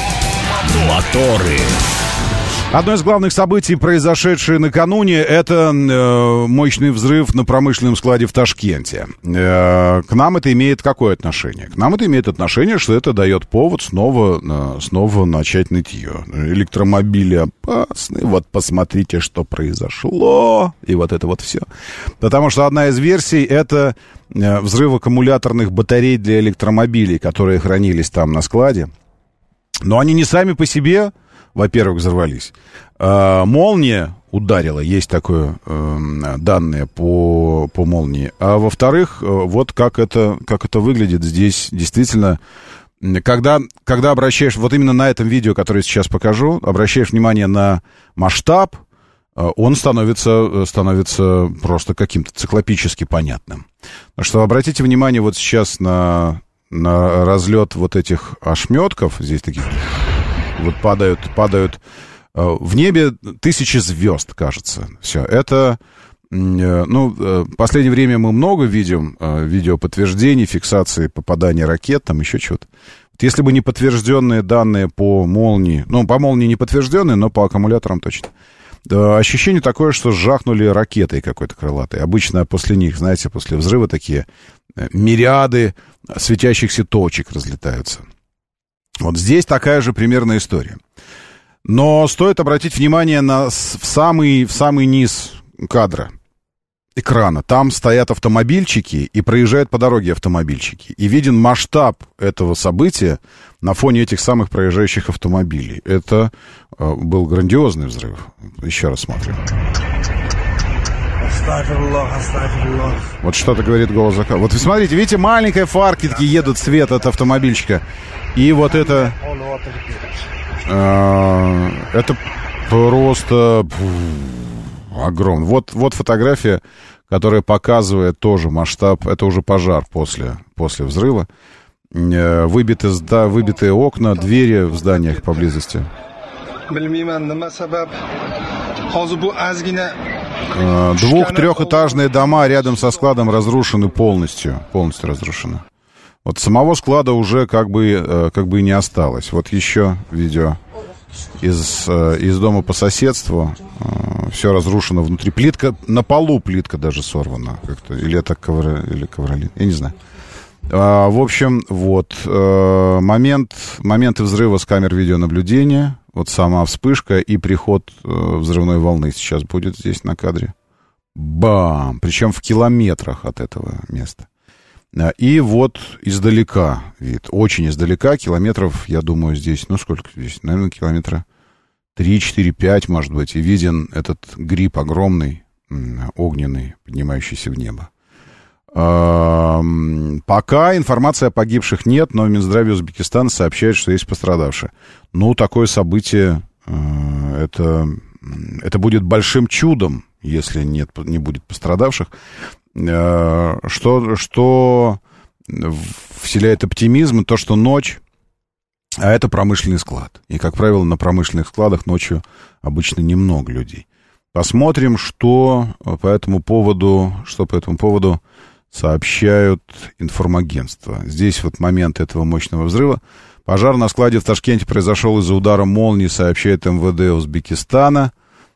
Моторы. Одно из главных событий, произошедшее накануне, это э, мощный взрыв на промышленном складе в Ташкенте. Э, к нам это имеет какое отношение? К нам это имеет отношение, что это дает повод снова, э, снова начать нытье. Электромобили опасны, вот посмотрите, что произошло, и вот это вот все. Потому что одна из версий — это э, взрыв аккумуляторных батарей для электромобилей, которые хранились там на складе. Но они не сами по себе... Во-первых, взорвались. А, молния ударила, есть такое э, данные по, по молнии. А во-вторых, вот как это, как это выглядит здесь действительно. Когда, когда обращаешь, вот именно на этом видео, которое я сейчас покажу, обращаешь внимание на масштаб, он становится, становится просто каким-то циклопически понятным. Потому что обратите внимание вот сейчас на, на разлет вот этих ошметков, здесь таких... Вот падают, падают в небе тысячи звезд, кажется. Все, это, ну, в последнее время мы много видим видео подтверждений, фиксации попадания ракет, там еще что-то. Вот если бы не подтвержденные данные по молнии, ну, по молнии не подтвержденные, но по аккумуляторам точно. Ощущение такое, что жахнули ракетой какой-то крылатой. Обычно после них, знаете, после взрыва такие мириады светящихся точек разлетаются. Вот здесь такая же примерная история. Но стоит обратить внимание на, в, самый, в самый низ кадра, экрана. Там стоят автомобильчики и проезжают по дороге автомобильчики. И виден масштаб этого события на фоне этих самых проезжающих автомобилей. Это э, был грандиозный взрыв. Еще раз смотрим. Вот что-то говорит голос заката. Вот вы смотрите, видите, маленькая фарки такие едут, свет от автомобильчика. И вот это... Э, это просто огромно. Вот, вот фотография, которая показывает тоже масштаб. Это уже пожар после, после взрыва. Э, выбиты, да, выбитые окна, двери в зданиях поблизости. Двух-трехэтажные дома рядом со складом разрушены полностью. Полностью разрушены. Вот самого склада уже как бы, как бы и не осталось. Вот еще видео из, из дома по соседству. Все разрушено внутри. Плитка, на полу плитка даже сорвана. Как-то. Или это ковра, или ковролин. Я не знаю. А, в общем, вот. Момент, моменты взрыва с камер видеонаблюдения. Вот сама вспышка и приход взрывной волны сейчас будет здесь на кадре. Бам! Причем в километрах от этого места. И вот издалека вид. Очень издалека. Километров, я думаю, здесь... Ну, сколько здесь? Наверное, километра три, четыре, пять, может быть. И виден этот гриб огромный, огненный, поднимающийся в небо. Пока информации о погибших нет, но Минздравия Узбекистана сообщает, что есть пострадавшие. Ну, такое событие, это, это будет большим чудом, если нет, не будет пострадавших. Что, что вселяет оптимизм, то, что ночь, а это промышленный склад. И, как правило, на промышленных складах ночью обычно немного людей. Посмотрим, что по этому поводу, что по этому поводу сообщают информагентства. Здесь вот момент этого мощного взрыва. Пожар на складе в Ташкенте произошел из-за удара молнии, сообщает МВД Узбекистана.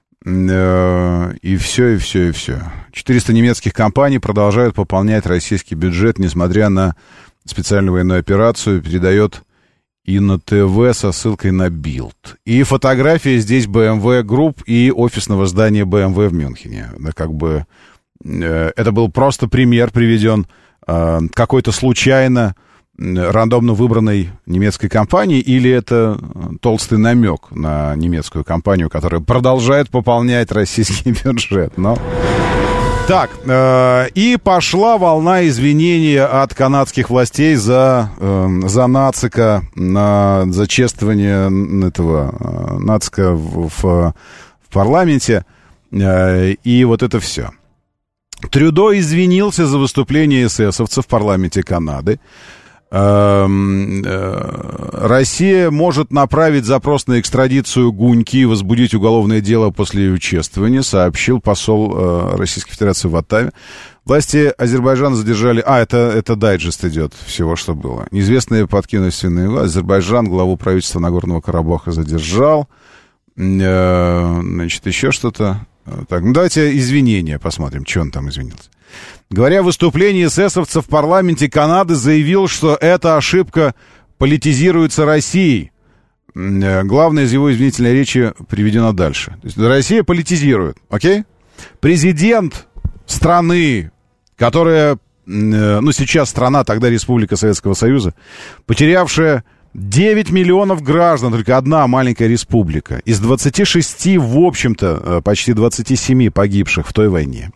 И все, и все, и все. четыреста немецких компаний продолжают пополнять российский бюджет, несмотря на специальную военную операцию, передает и на ТВ со ссылкой на Билд. И фотография здесь бэ эм вэ Group и офисного здания бэ эм вэ в Мюнхене. Да, как бы, э, это был просто пример приведен э, какой-то случайно рандомно выбранной немецкой компании, или это толстый намек на немецкую компанию, которая продолжает пополнять российский бюджет. Но... Так, э, и пошла волна извинения от канадских властей за, э, за нацика, на, за чествование этого э, нацика в, в, в парламенте, э, и вот это все. Трюдо извинился за выступление эсэсовцев в парламенте Канады. Россия может направить запрос на экстрадицию Гуньки и возбудить уголовное дело после ее чествования, сообщил посол Российской Федерации в Оттаве. Власти Азербайджана задержали... А, это, это дайджест идет всего, что было. Неизвестные подкинули свиные. Азербайджан главу правительства Нагорного Карабаха задержал. Значит, еще что-то. Так, ну давайте извинения посмотрим, что он там извинился. Говоря о выступлении эсэсовцев в парламенте Канады, заявил, что эта ошибка политизируется Россией. Главное из его извинительной речи приведено дальше. То есть Россия политизирует, окей? Президент страны, которая, ну сейчас страна, тогда Республика Советского Союза, потерявшая девять миллионов граждан, только одна маленькая республика, из двадцати шести, в общем-то, почти двадцати семи погибших в той войне,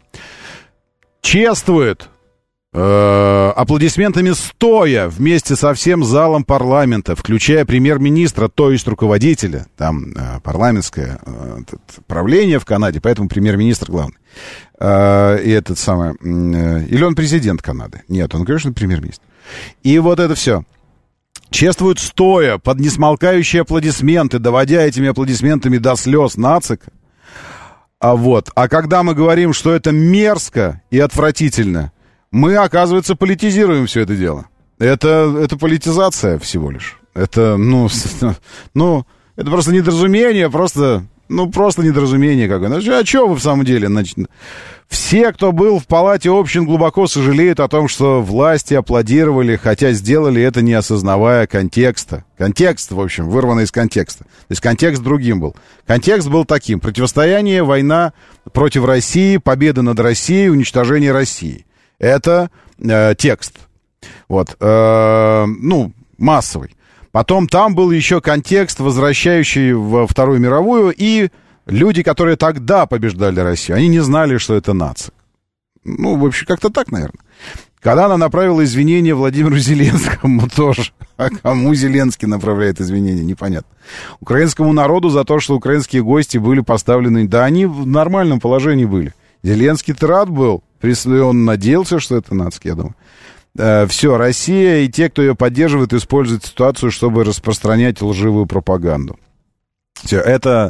чествует э, аплодисментами стоя вместе со всем залом парламента, включая премьер-министра, то есть руководителя, там э, парламентское э, правление в Канаде, поэтому премьер-министр главный. Э, и этот самый... Э, или он президент Канады? Нет, он, конечно, премьер-министр. И вот это все. Чествуют стоя под несмолкающие аплодисменты, доводя этими аплодисментами до слез нацика. А вот, а когда мы говорим, что это мерзко и отвратительно, мы, оказывается, политизируем все это дело. Это, это политизация всего лишь. Это, ну, ну, это просто недоразумение, просто, ну, просто недоразумение какое-то. А что вы в самом деле? Значит, все, кто был в палате общин, глубоко сожалеют о том, что власти аплодировали, хотя сделали это, не осознавая контекста. Контекст, в общем, вырванный из контекста. То есть контекст другим был. Контекст был таким. Противостояние, война против России, победа над Россией, уничтожение России. Это э, текст. Вот. Э, ну, массовый. Потом там был еще контекст, возвращающий во Вторую мировую, и люди, которые тогда побеждали Россию, они не знали, что это нацик. Ну, в общем, как-то так, наверное. Когда она направила извинения Владимиру Зеленскому тоже. А кому Зеленский направляет извинения, непонятно. Украинскому народу за то, что украинские гости были поставлены... Да они в нормальном положении были. Зеленский-то рад был. Он надеялся, что это нацик, я думаю. Все, Россия и те, кто ее поддерживает, используют ситуацию, чтобы распространять лживую пропаганду. Все, это,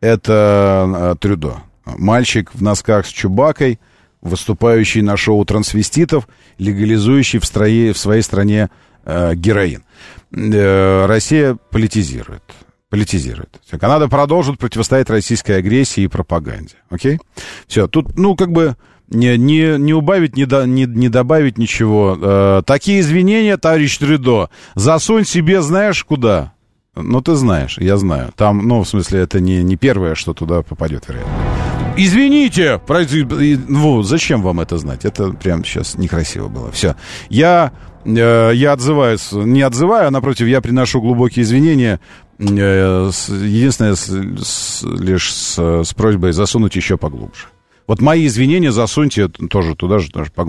это Трюдо. Мальчик в носках с Чубакой, выступающий на шоу трансвеститов, легализующий в, строе, в своей стране э, героин. Э, Россия политизирует. Политизирует. Все, Канада продолжит противостоять российской агрессии и пропаганде. Окей? Все, тут, ну, как бы... Не, не, не убавить, не, до, не, не добавить ничего. Э, такие извинения, товарищ Трюдо, засунь себе знаешь куда? Ну, ты знаешь, я знаю. Там, ну, в смысле, это не, не первое, что туда попадет, вероятно. Извините! Ну, зачем вам это знать? Это прям сейчас некрасиво было. Все. Я, э, я отзываюсь, не отзываю, а напротив, я приношу глубокие извинения. Э, с, единственное, с, с, лишь с, с просьбой засунуть еще поглубже. Вот мои извинения засуньте тоже туда же, тоже поглубже.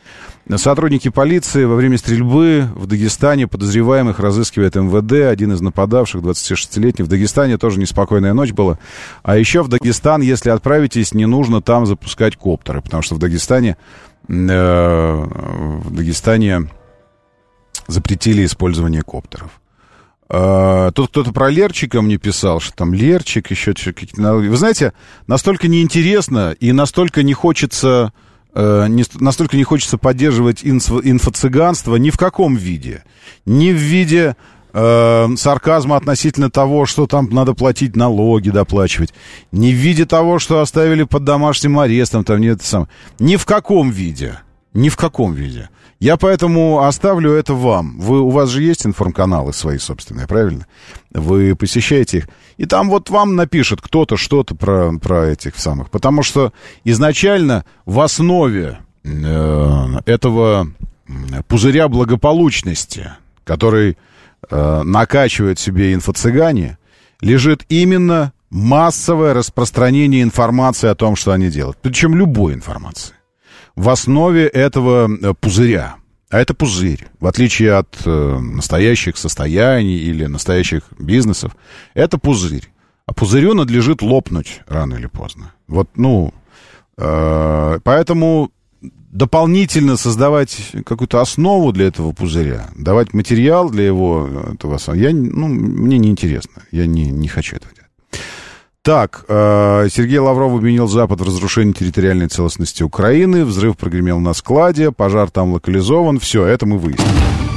Сотрудники полиции во время стрельбы в Дагестане подозреваемых разыскивает эм вэ дэ. Один из нападавших, двадцатишестилетний. В Дагестане тоже неспокойная ночь была. А еще в Дагестан, если отправитесь, не нужно там запускать коптеры, потому что в Дагестане, э, в Дагестане запретили использование коптеров. Uh, тут кто-то про Лерчика мне писал, что там Лерчик, еще какие-то... Вы знаете, настолько неинтересно и настолько не хочется, uh, не, настолько не хочется поддерживать инфо, инфо-цыганство ни в каком виде. Ни в виде uh, сарказма относительно того, что там надо платить налоги, доплачивать. Ни в виде того, что оставили под домашним арестом. Там, не это самое. Ни в каком виде. Ни в каком виде. Я поэтому оставлю это вам. Вы, у вас же есть информканалы свои собственные, правильно? Вы посещаете их. И там вот вам напишет кто-то что-то про, про этих самых. Потому что изначально в основе э, этого пузыря благополучности, который э, накачивает себе инфо-цыгане, лежит именно массовое распространение информации о том, что они делают. Причем любой информации. В основе этого пузыря, а это пузырь, в отличие от э, настоящих состояний или настоящих бизнесов, это пузырь. А пузырю надлежит лопнуть рано или поздно. Вот, ну, э, поэтому дополнительно создавать какую-то основу для этого пузыря, давать материал для его, этого, я, ну, мне неинтересно, я не, не хочу этого делать. Так, э, Сергей Лавров обвинил Запад в разрушении территориальной целостности Украины. Взрыв прогремел на складе, пожар там локализован. Все, это мы выяснили.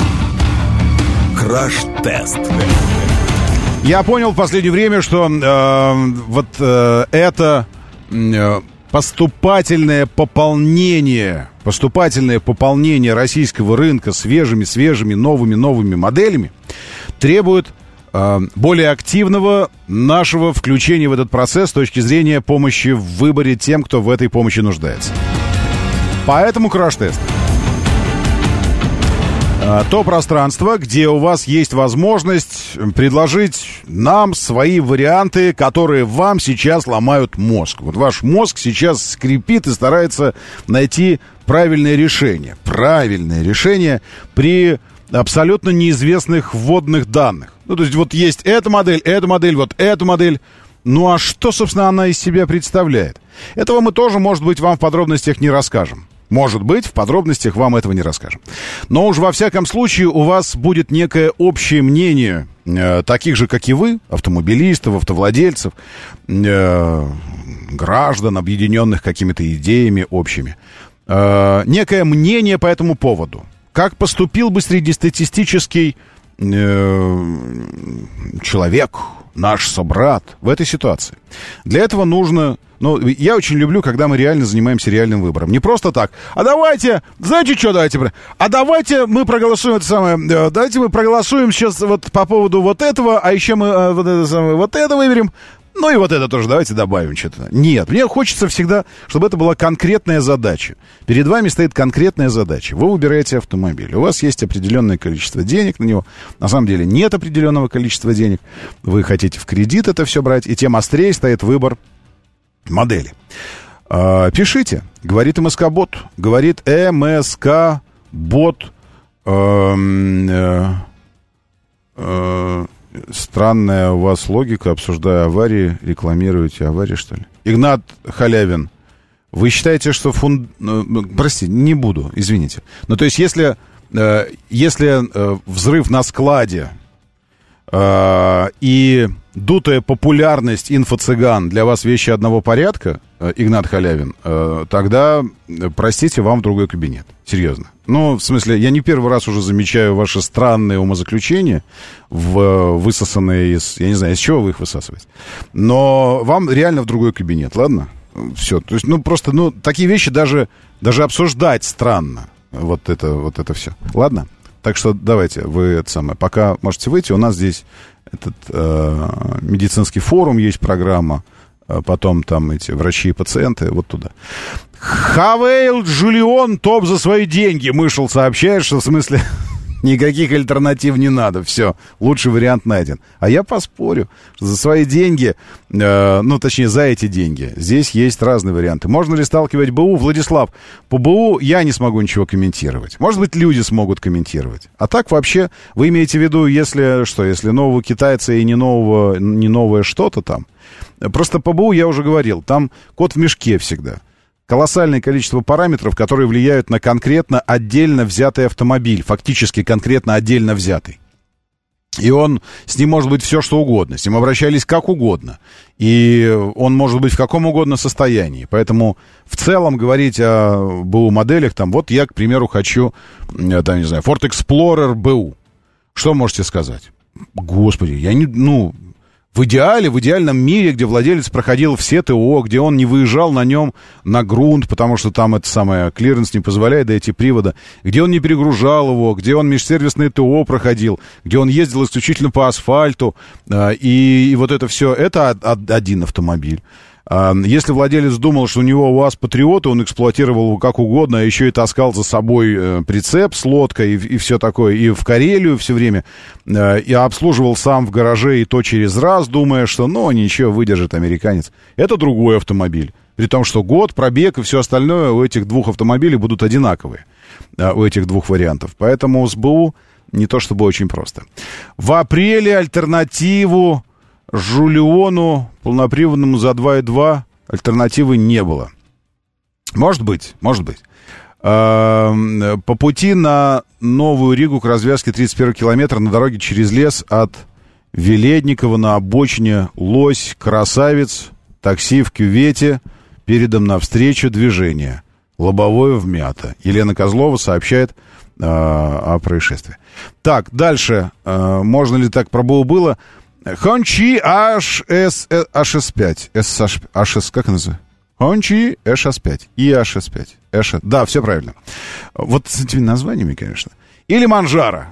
Краш-тест. Я понял в последнее время, что э, вот э, это э, поступательное пополнение, поступательное пополнение российского рынка свежими-свежими новыми-новыми моделями требует более активного нашего включения в этот процесс с точки зрения помощи в выборе тем, кто в этой помощи нуждается. Поэтому краш-тест. То пространство, где у вас есть возможность предложить нам свои варианты, которые вам сейчас ломают мозг. Вот ваш мозг сейчас скрипит и старается найти правильное решение. Правильное решение при абсолютно неизвестных вводных данных. Ну, то есть вот есть эта модель, эта модель, вот эта модель. Ну, а что, собственно, она из себя представляет? Этого мы тоже, может быть, вам в подробностях не расскажем. Может быть, в подробностях вам этого не расскажем. Но уж во всяком случае у вас будет некое общее мнение э, таких же, как и вы, автомобилистов, автовладельцев, э, граждан, объединенных какими-то идеями общими. Э, некое мнение по этому поводу. Как поступил бы среднестатистический э, человек, наш собрат в этой ситуации? Для этого нужно... Ну, я очень люблю, когда мы реально занимаемся реальным выбором. Не просто так. А давайте... Знаете что, давайте... А давайте мы проголосуем это самое... Давайте мы проголосуем сейчас вот по поводу вот этого, а еще мы вот это самое... Вот это выберем... Ну и вот это тоже давайте добавим что-то. Нет, мне хочется всегда, чтобы это была конкретная задача. Перед вами стоит конкретная задача. Вы выбираете автомобиль. У вас есть определенное количество денег на него. На самом деле нет определенного количества денег. Вы хотите в кредит это все брать. И тем острее стоит выбор модели. А, пишите. Говорит МСК-бот. Говорит МСК-бот. Эм, э, э, Странная у вас логика, обсуждая аварии, рекламируете аварии, что ли? Игнат Халявин, вы считаете, что фунд... Прости, не буду, извините. Ну, то есть, если, если взрыв на складе и дутая популярность инфо-цыган для вас вещи одного порядка, Игнат Халявин, тогда, простите, вам в другой кабинет. Серьезно. Ну, в смысле, я не первый раз уже замечаю ваши странные умозаключения, в, высосанные из... Я не знаю, из чего вы их высасываете. Но вам реально в другой кабинет, ладно? Все. То есть, ну, просто, ну, такие вещи даже, даже обсуждать странно. Вот это, вот это все. Ладно? Так что давайте, вы это самое, пока можете выйти. У нас здесь этот э, медицинский форум, есть программа, э, потом там эти врачи и пациенты, вот туда. Хавейл Джулион топ за свои деньги. Мышел сообщает, что в смысле Никаких альтернатив не надо. Все, лучший вариант найден. А я поспорю, что за свои деньги, э, ну, точнее, за эти деньги, здесь есть разные варианты. Можно ли сталкивать БУ? Владислав, по БУ я не смогу ничего комментировать. Может быть, люди смогут комментировать. А так вообще, вы имеете в виду, если что, если нового китайца и не, нового, не новое что-то там? Просто по БУ я уже говорил, там кот в мешке всегда. Колоссальное количество параметров, которые влияют на конкретно отдельно взятый автомобиль, фактически конкретно отдельно взятый. И он, с ним может быть все, что угодно, с ним обращались как угодно. И он может быть в каком угодно состоянии. Поэтому в целом говорить о БУ-моделях, там, вот я, к примеру, хочу, там, не знаю, Ford Explorer БУ. Что можете сказать? Господи, я не, ну... В идеале, в идеальном мире, где владелец проходил все ТО, где он не выезжал на нем на грунт, потому что там это самое, клиренс не позволяет дойти привода, где он не перегружал его, где он межсервисные ТО проходил, где он ездил исключительно по асфальту, и, и вот это все, это один автомобиль. Если владелец думал, что у него УАЗ Патриот, он эксплуатировал его как угодно, а еще и таскал за собой прицеп с лодкой и, и все такое, и в Карелию все время, и обслуживал сам в гараже и то через раз, думая, что, ну, ничего, выдержит американец. Это другой автомобиль. При том, что год, пробег и все остальное у этих двух автомобилей будут одинаковые, у этих двух вариантов. Поэтому с БУ не то чтобы очень просто. В апреле альтернативу Жулиону полноприводному за два и два альтернативы не было. Может быть, может быть. По пути на Новую Ригу к развязке тридцать первого километра на дороге через лес от Веледникова на обочине лось, красавец, такси в кювете, передом навстречу движение. Лобовое вмято. Елена Козлова сообщает э, о происшествии. Так, дальше. Э, можно ли так про БУ было? Хончи эйч эс пять. эйч эс, как называется? Хончи эйч эс пять. и эйч эс пять. Да, все правильно. Вот с этими названиями, конечно. Или Манжаро.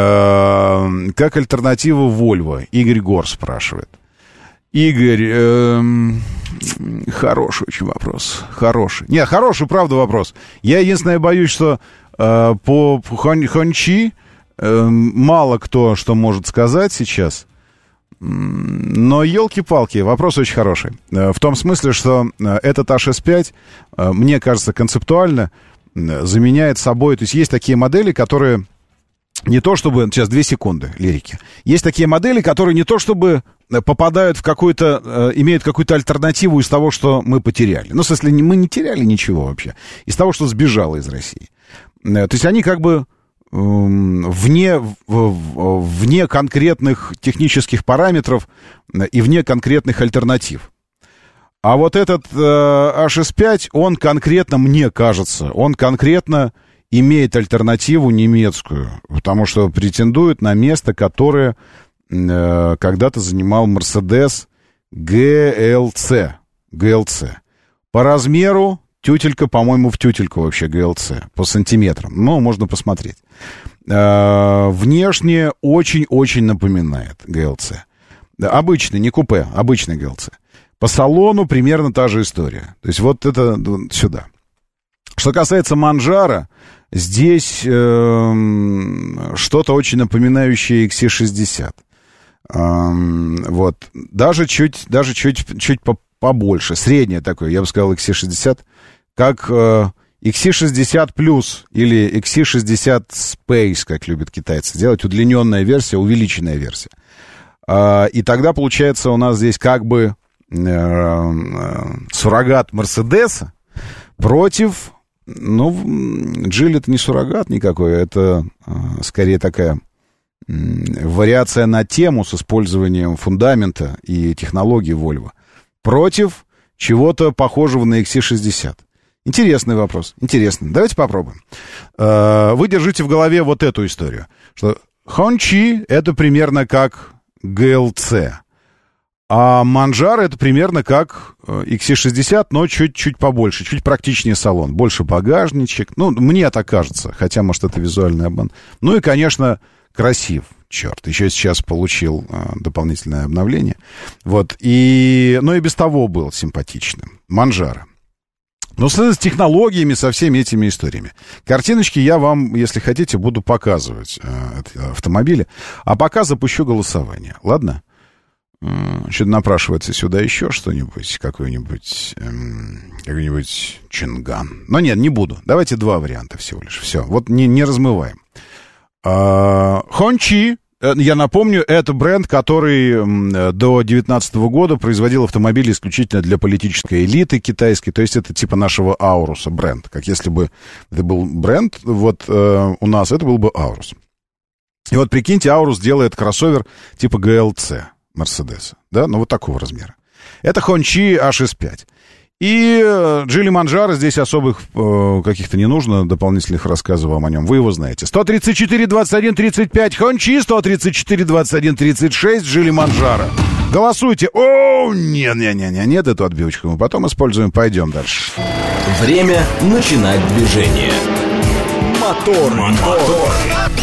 Как альтернатива Вольво. Игорь Гор спрашивает. Игорь, эм, хороший очень вопрос. Хороший. Не, хороший, правда, вопрос. Я единственное боюсь, что э, по Хончи э, мало кто что может сказать сейчас. Но, елки-палки, вопрос очень хороший. В том смысле, что этот эйч эс пять, мне кажется, концептуально заменяет собой... То есть есть такие модели, которые не то чтобы... Сейчас, две секунды лирики. Есть такие модели, которые не то чтобы попадают в какую-то... Имеют какую-то альтернативу из того, что мы потеряли. Ну, в смысле, мы не теряли ничего вообще. Из того, что сбежало из России. То есть они как бы... Вне, вне конкретных технических параметров и вне конкретных альтернатив. А вот этот э, эйч эс пять, он конкретно, мне кажется, он конкретно имеет альтернативу немецкую, потому что претендует на место, которое э, когда-то занимал Mercedes джи эл си. джи эл си. По размеру тютелька, по-моему, в тютельку вообще джи эл си, по сантиметрам. Ну, можно посмотреть. Э, внешне очень-очень напоминает джи эл си. Обычный, не купе, обычный джи эл си. По салону примерно та же история. То есть вот это сюда. Что касается Манжаро, здесь э, что-то очень напоминающее икс си шестьдесят. Э, вот. Даже чуть, даже чуть, чуть побольше. Среднее такое, я бы сказал, икс си шестьдесят. Как э, икс си шестьдесят плюс или икс си шестьдесят Space, как любят китайцы делать. Удлиненная версия, увеличенная версия. Э, и тогда получается у нас здесь как бы суррогат Мерседеса против, ну, Джили это не суррогат никакой, это скорее такая вариация на тему с использованием фундамента и технологий Volvo против чего-то похожего на икс си шестьдесят. Интересный вопрос, интересный. Давайте попробуем. Вы держите в голове вот эту историю, что Хончи это примерно как джи эл си. А Манжаро это примерно как икс си шестьдесят, но чуть-чуть побольше, чуть практичнее салон. Больше багажничек. Ну, мне так кажется, хотя, может, это визуальный обман. Ну и, конечно, красив. Черт, еще сейчас получил а, дополнительное обновление. Вот, и... Ну и без того был симпатичным. Манжаро. Ну, с технологиями, со всеми этими историями. Картиночки я вам, если хотите, буду показывать э, автомобили. А пока запущу голосование. Ладно? Что-то напрашивается сюда еще что-нибудь, какой-нибудь, эм, какой-нибудь чинган. Но нет, не буду. Давайте два варианта всего лишь. Все, вот не, не размываем. А, Хончи. Я напомню, это бренд, который до две тысячи девятнадцатого года производил автомобили исключительно для политической элиты китайской. То есть это типа нашего Ауруса бренд. Как если бы это был бренд, вот э, у нас это был бы Аурус. И вот прикиньте, Аурус делает кроссовер типа джи эл си Мерседеса. Да, ну вот такого размера. Это Хончи эйч эс пять. И Джили Манджаро, здесь особых э, каких-то не нужно, дополнительных рассказов вам о нем. Вы его знаете. сто тридцать четыре двадцать один тридцать пять Хончи, сто тридцать четыре двадцать один тридцать шесть Джили Манджаро. Голосуйте. О, нет, нет, нет, нет, нет, эту отбивочку мы потом используем. Пойдем дальше. Время начинать движение. Мотор, мотор.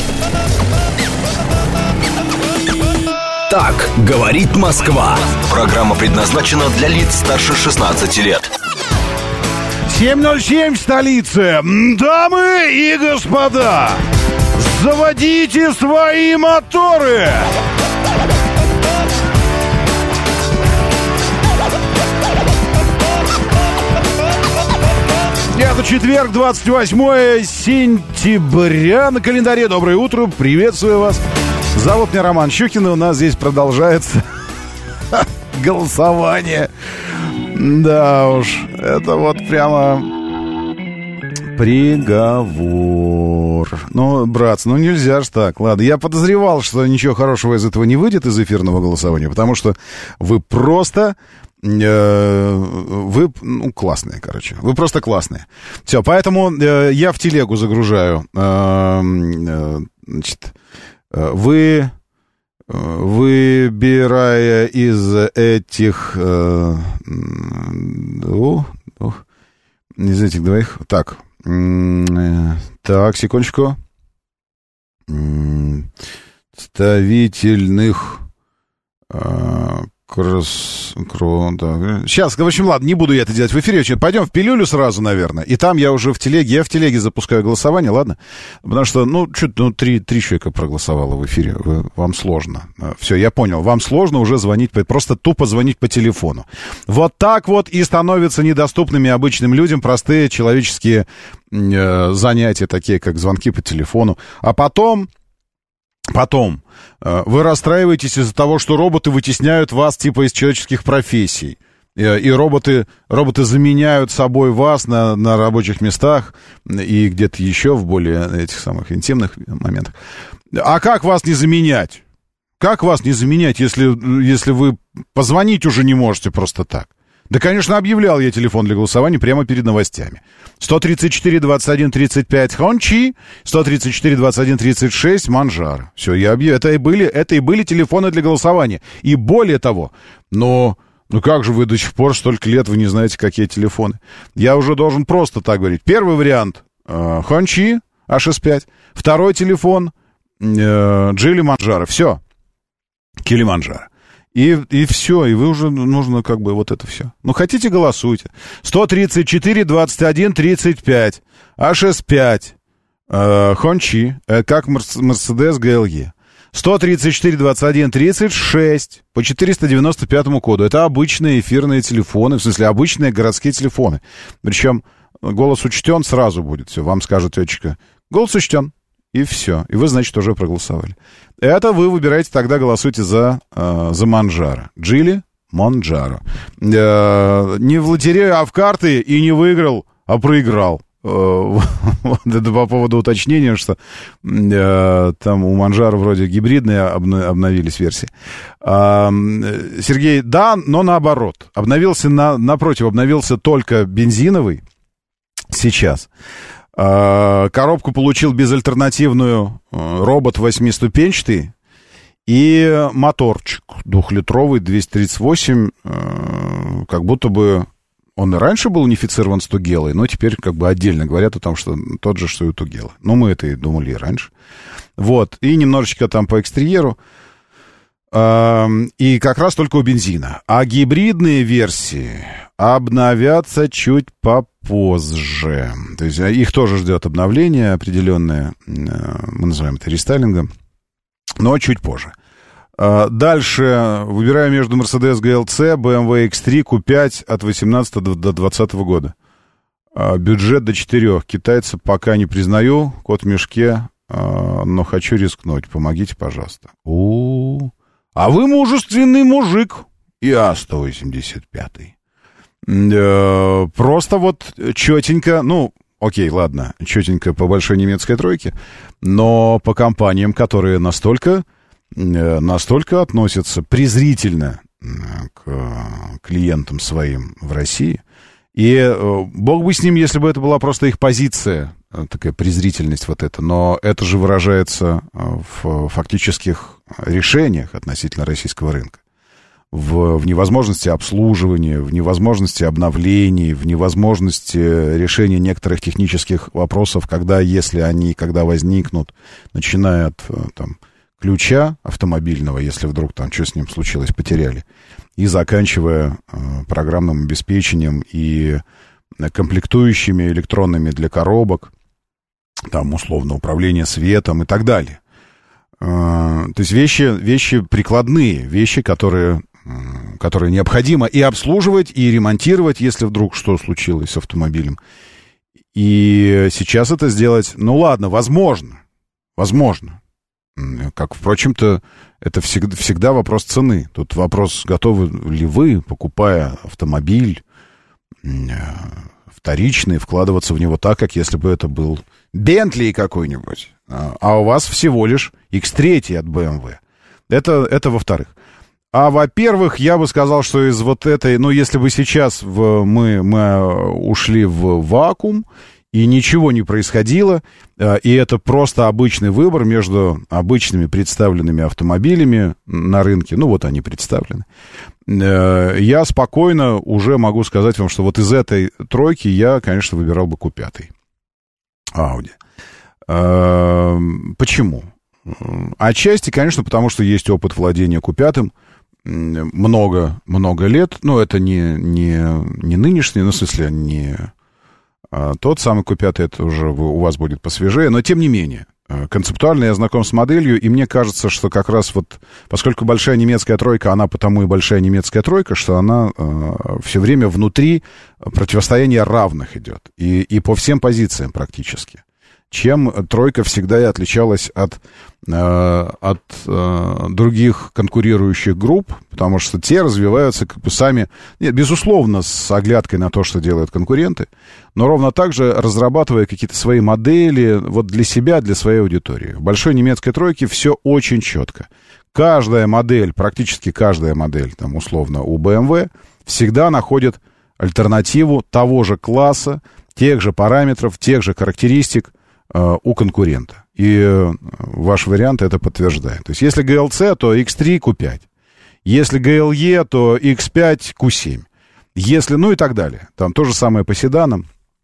Так говорит Москва. Программа предназначена для лиц старше шестнадцати лет. семь ноль семь в столице. Дамы и господа, заводите свои моторы. Это четверг, двадцать восьмое сентября на календаре. Доброе утро, приветствую вас. Зовут меня Роман Щукин, и у нас здесь продолжается голосование. Да уж, это вот прямо приговор. Ну, братцы, ну нельзя ж так. Ладно, я подозревал, что ничего хорошего из этого не выйдет, из эфирного голосования, потому что вы просто... Вы, ну, классные, короче. Вы просто классные. Все, поэтому э, я в телегу загружаю. Э, э, значит, э, вы, э, выбирая из этих... Э, э, э, из этих двоих... Так. Э, так, секундочку. Э, ставительных... Э, Крос... Кро... Да. Сейчас, в общем, ладно, не буду я это делать в эфире. Пойдем в пилюлю сразу, наверное. И там я уже в телеге, я в телеге запускаю голосование, ладно? Потому что, ну, чуть, ну, три, три человека проголосовало в эфире. Вы, вам сложно. Все, я понял. Вам сложно уже звонить, просто тупо звонить по телефону. Вот так вот и становятся недоступными обычным людям простые человеческие э, занятия, такие как звонки по телефону. А потом... Потом, вы расстраиваетесь из-за того, что роботы вытесняют вас типа из человеческих профессий. И роботы, роботы заменяют собой вас на, на рабочих местах и где-то еще в более этих самых интимных моментах. А как вас не заменять? Как вас не заменять, если, если вы позвонить уже не можете просто так? Да, конечно, объявлял я телефон для голосования прямо перед новостями. сто тридцать четыре двадцать один тридцать пять Хончи, сто тридцать четыре двадцать один тридцать шесть Манджаро. Все, я объявил. Это и были, это и были телефоны для голосования. И более того, но... Ну как же вы до сих пор столько лет, вы не знаете, какие телефоны? Я уже должен просто так говорить. Первый вариант э, Хончи эйч эс пять. Второй телефон э, Джили Манджаро. Все. Килиманджаро. И, и все, и вы уже нужно как бы вот это все. Ну, хотите, голосуйте. сто тридцать четыре двадцать один тридцать пять эйч эс пять э, Хончи, э, как Мерседес джи эл и. сто тридцать четыре двадцать один тридцать шесть по четыреста девяносто пятому коду. Это обычные эфирные телефоны, в смысле обычные городские телефоны. Причем голос учтен, сразу будет все. Вам скажет тетечка, голос учтен. И все. И вы, значит, уже проголосовали. Это вы выбираете, тогда голосуйте за, э, за Манджаро. Джили Манджаро. Э, не в лотерею, а в карты и не выиграл, а проиграл. Э, вот это по поводу уточнения, что э, там у Манджаро вроде гибридные обна- обновились версии. Э, Сергей, да, но наоборот. Обновился, на, напротив, обновился только бензиновый сейчас. Коробку получил безальтернативную, робот восьмиступенчатый и моторчик двухлитровый двести тридцать восемь, как будто бы он и раньше был унифицирован с Тугелой, но теперь как бы отдельно говорят о том, что тот же, что и Тугела. Ну, мы это и думали и раньше. Вот, и немножечко там по экстерьеру. И как раз только у бензина. А гибридные версии обновятся чуть попозже. То есть их тоже ждет обновление определенное. Мы называем это рестайлингом. Но чуть позже. Дальше выбираю между Mercedes джи эл си, бэ эм вэ икс три, кью пять от восемнадцатого до двадцатого года. Бюджет до четырех. Китайца пока не признаю. Кот в мешке. Но хочу рискнуть. Помогите, пожалуйста. У-у-у. А вы мужественный мужик. И А сто восемьдесят пять. Просто вот четенько. Ну, окей, ладно. Четенько по большой немецкой тройке. Но по компаниям, которые настолько, настолько относятся презрительно к клиентам своим в России. И бог бы с ним, если бы это была просто их позиция, такая презрительность вот эта. Но это же выражается в фактических решениях относительно российского рынка. В, в невозможности обслуживания, в невозможности обновлений, в невозможности решения некоторых технических вопросов, когда, если они, когда возникнут, начиная от там, ключа автомобильного, если вдруг там что с ним случилось, потеряли, и заканчивая э, программным обеспечением и комплектующими электронными для коробок, там, условно, управление светом и так далее. Э, то есть вещи, вещи прикладные, вещи, которые, э, которые необходимо и обслуживать, и ремонтировать, если вдруг что случилось с автомобилем. И сейчас это сделать, ну ладно, возможно, возможно. Как, впрочем-то, это всегда, всегда вопрос цены. Тут вопрос, готовы ли вы, покупая автомобиль вторичный, вкладываться в него так, как если бы это был Бентли какой-нибудь, а у вас всего лишь икс три от бэ эм вэ. Это, это во-вторых. А во-первых, я бы сказал, что из вот этой, ну, если бы сейчас в, мы, мы ушли в вакуум, и ничего не происходило, и это просто обычный выбор между обычными представленными автомобилями на рынке, ну вот они представлены, я спокойно уже могу сказать вам, что вот из этой тройки я, конечно, выбирал бы кью пять Audi. Почему? Отчасти, конечно, потому что есть опыт владения кью пять много, много лет, но это не, не, не нынешний, ну, в смысле, не... Тот самый кью пять, это уже у вас будет посвежее, но тем не менее, концептуально я знаком с моделью, и мне кажется, что как раз вот, поскольку большая немецкая тройка, она потому и большая немецкая тройка, что она э, все время внутри противостояния равных идет, и, и по всем позициям практически. Чем тройка всегда и отличалась от, э, от э, других конкурирующих групп, потому что те развиваются как бы сами, нет, безусловно, с оглядкой на то, что делают конкуренты, но ровно так же разрабатывая какие-то свои модели вот для себя, для своей аудитории. В большой немецкой тройке все очень четко. Каждая модель, практически каждая модель, там, условно, у бэ эм вэ всегда находит альтернативу того же класса, тех же параметров, тех же характеристик, у конкурента. И ваш вариант это подтверждает. То есть, если джи эл си, то икс три, кью пять. Если джи эл и, то икс пять, кью семь. Если, ну и так далее. Там то же самое по седанам.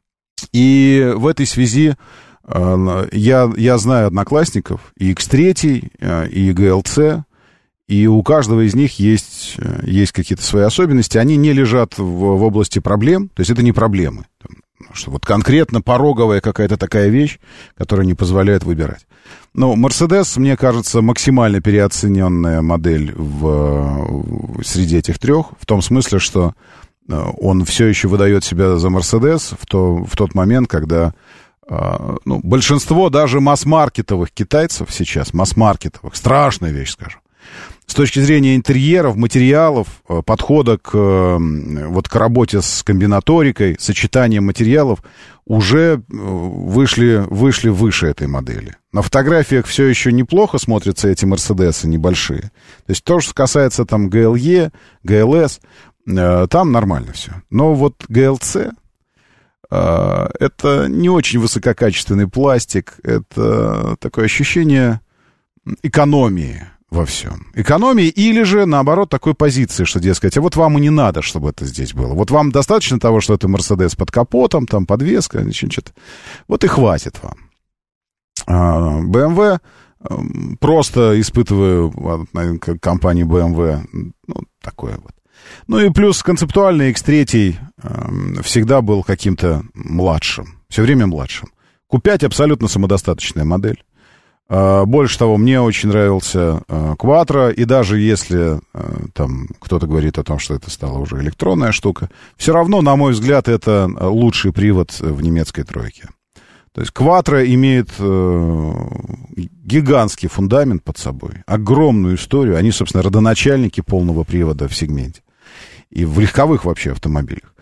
И в этой связи э, я, я знаю одноклассников, и икс три, э, и джи эл си, и у каждого из них есть, есть какие-то свои особенности. Они не лежат в, в области проблем, то есть это не проблемы. Что вот конкретно пороговая какая-то такая вещь, которая не позволяет выбирать. Но Mercedes, мне кажется, максимально переоцененная модель в, в, среди этих трех, в том смысле, что он все еще выдает себя за Mercedes в, то, в тот момент, когда ну, большинство даже масс-маркетовых китайцев сейчас, масс-маркетовых, страшная вещь, скажем, с точки зрения интерьеров, материалов, подхода к, вот, к работе с комбинаторикой, сочетанием материалов, уже вышли, вышли выше этой модели. На фотографиях все еще неплохо смотрятся эти Мерседесы небольшие. То есть то, что касается там джи эл и, джи эл эс, там нормально все. Но вот джи эл си, это не очень высококачественный пластик, это такое ощущение экономии во всем. Экономии или же, наоборот, такой позиции, что, дескать, а вот вам и не надо, чтобы это здесь было. Вот вам достаточно того, что это Мерседес под капотом, там подвеска, что-то. Вот и хватит вам. бэ эм вэ Просто испытываю от компании бэ эм вэ. Ну, такое вот. Ну и плюс концептуальный икс три всегда был каким-то младшим. Все время младшим. кью пять абсолютно самодостаточная модель. Больше того, мне очень нравился Quattro, и даже если там кто-то говорит о том, что это стала уже электронная штука, все равно, на мой взгляд, это лучший привод в немецкой тройке. То есть Quattro имеет гигантский фундамент под собой, огромную историю. Они, собственно, родоначальники полного привода в сегменте. И в легковых вообще автомобилях.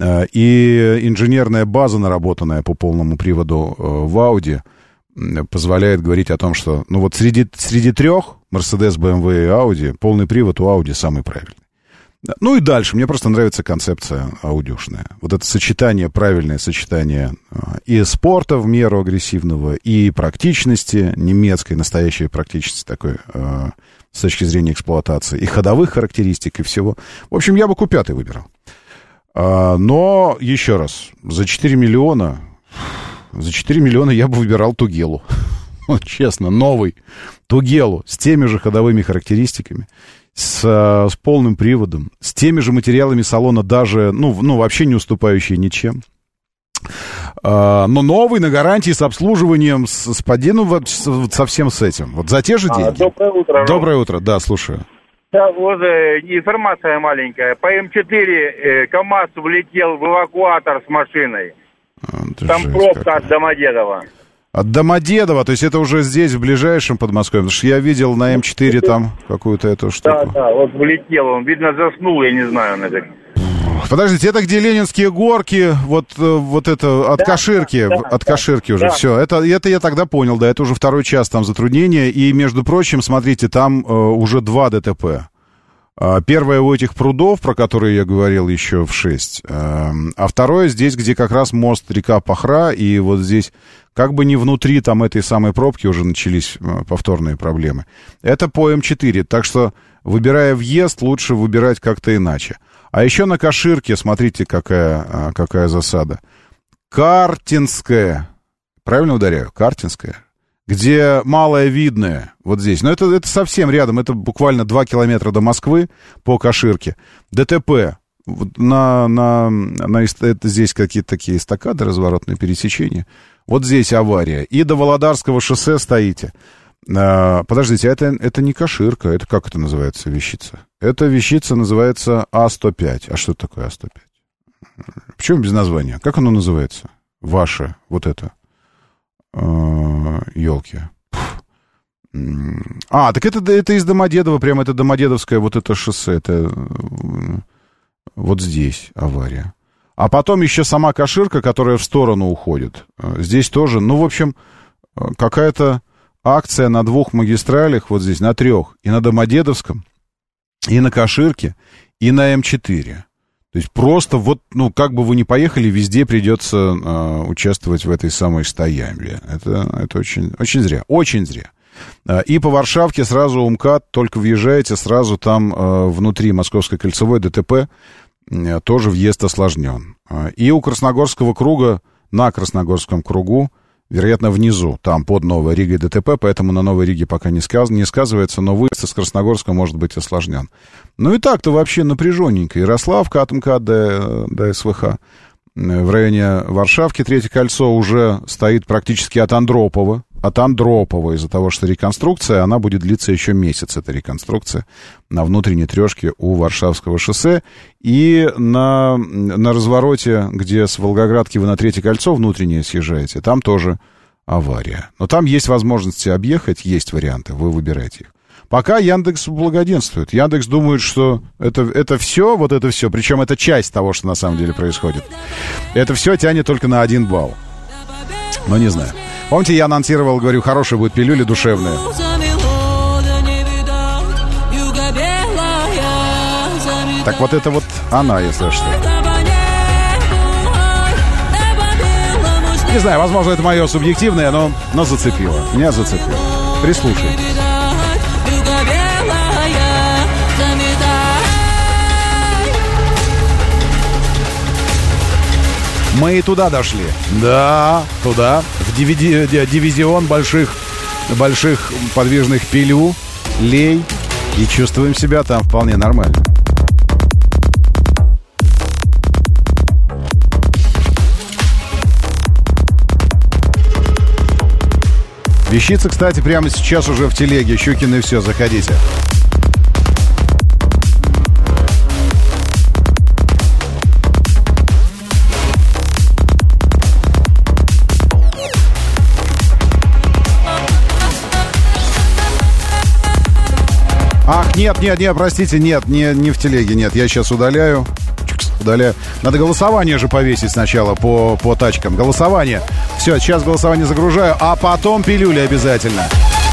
И инженерная база, наработанная по полному приводу в Audi, позволяет говорить о том, что, ну вот среди, среди трех, Mercedes, бэ эм вэ и Audi, полный привод у Audi самый правильный. Ну и дальше, мне просто нравится концепция аудюшная. Вот это сочетание, правильное сочетание и спорта в меру агрессивного, и практичности, немецкой, настоящей практичности такой, с точки зрения эксплуатации, и ходовых характеристик, и всего. В общем, я бы кью пять выбирал. Но, еще раз, за четыре миллиона... За четыре миллиона я бы выбирал Тугелу. Вот честно, новый Тугелу с теми же ходовыми характеристиками, с, с полным приводом, с теми же материалами салона, даже, ну, ну вообще не уступающие ничем. А, но новый, на гарантии, с обслуживанием, с, с поддержкой, вот, со всем с этим. Вот за те же деньги. А, доброе утро. Доброе утро, да, слушаю. Да, вот э, информация маленькая. По эм четыре э, КамАЗ влетел в эвакуатор с машиной. Это Там жесть пробка какая. от Домодедова. От Домодедова, то есть это уже здесь, в ближайшем Подмосковье. Потому что я видел на эм четыре там какую-то эту штуку. Да, да, вот влетел он. Видно, заснул, я не знаю. На это. Подождите, это где Ленинские горки, вот, вот это, от Да, Каширки, да, от да, Каширки уже, да. все. Это, это я тогда понял, да, это уже второй час там затруднения. И, между прочим, смотрите, там э, уже два ДТП. Первое у этих прудов, про которые я говорил еще в шесть, а второе здесь, где как раз мост река Пахра, и вот здесь как бы не внутри там этой самой пробки уже начались повторные проблемы. Это по эм четыре, так что, выбирая въезд, лучше выбирать как-то иначе. А еще на Каширке, смотрите, какая, какая засада. Картинская, правильно ударяю? Картинская. Где Малое Видное, вот здесь. Но это, это совсем рядом, это буквально два километра до Москвы по Каширке. ДТП. Вот на, на, на, это здесь какие-то такие эстакады, разворотные пересечения. Вот здесь авария. И до Володарского шоссе стоите. А, подождите, это, это не Каширка, это как это называется, вещица? Эта вещица называется А сто пять. А что такое А сто пять? Почему без названия? Как оно называется? Ваше, вот это. Елки. А, так это, это из Домодедова, прямо это Домодедовское вот это шоссе, это вот здесь авария. А потом еще сама Каширка, которая в сторону уходит. Здесь тоже, ну, в общем, какая-то акция на двух магистралях, вот здесь, на трех, и на Домодедовском, и на Каширке, и на эм четыре. То есть просто вот, ну, как бы вы ни поехали, везде придется э, участвовать в этой самой стоямбе. Это, это очень, очень зря, очень зря. Э, и по Варшавке сразу УМКАД, только въезжаете, сразу там э, внутри Московской кольцевой ДТП э, тоже въезд осложнен. Э, и у Красногорского круга, на Красногорском кругу, вероятно, внизу, там под Новой Ригой ДТП, поэтому на Новой Риге пока не, сказ... не сказывается, но выезд из Красногорска может быть осложнен. Ну и так-то вообще напряженненько. Ярославка от МКАД до, до СВХ. В районе Варшавки третье кольцо уже стоит практически от Андропова. От Андропова из-за того, что реконструкция, она будет длиться еще месяц, эта реконструкция на внутренней трешке у Варшавского шоссе. И на, на развороте, где с Волгоградки вы на третье кольцо внутреннее съезжаете, там тоже авария. Но там есть возможности объехать, есть варианты, вы выбираете их. Пока Яндекс благоденствует. Яндекс думает, что это, это все, вот это все, причем это часть того, что на самом деле происходит. Это все тянет только на один балл. Но не знаю. Помните, я анонсировал, говорю, хорошие будут пилюли душевные. Так вот это вот она, если что. Не знаю, возможно, это мое субъективное, но, но зацепило. Меня зацепило. Прислушайтесь. Мы и туда дошли. Да, туда, в дивиди- дивизион больших больших подвижных пилю, лей и чувствуем себя там вполне нормально. Вещица, кстати, прямо сейчас уже в телеге. Щукин и все, заходите. Ах, нет, нет, нет, простите, нет, не, не в телеге, нет, я сейчас удаляю. Удаляю. Надо голосование же повесить сначала по, по тачкам. Голосование. Все, сейчас голосование загружаю, а потом пилюли обязательно.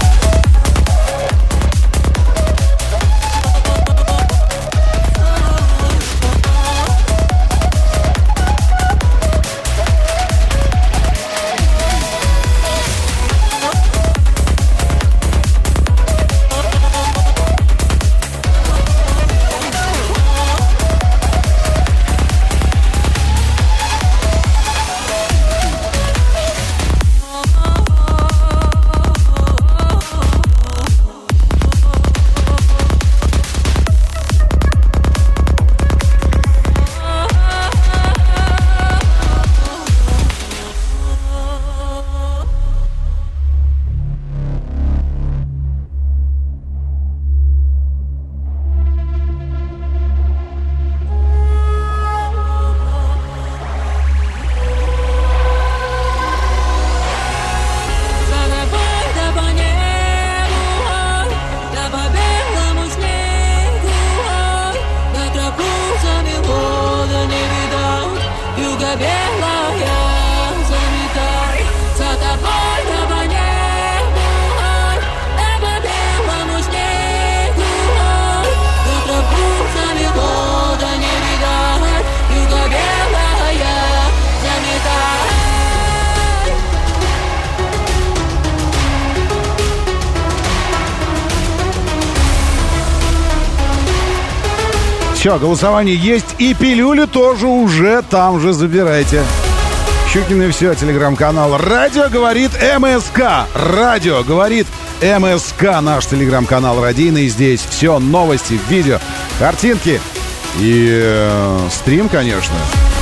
Все, голосование есть, и пилюли тоже уже там же забирайте. Щукин и все, телеграм-канал. Радио говорит МСК. Радио говорит МСК. Наш телеграм-канал радийный. Здесь все, новости, видео, картинки и э, стрим, конечно.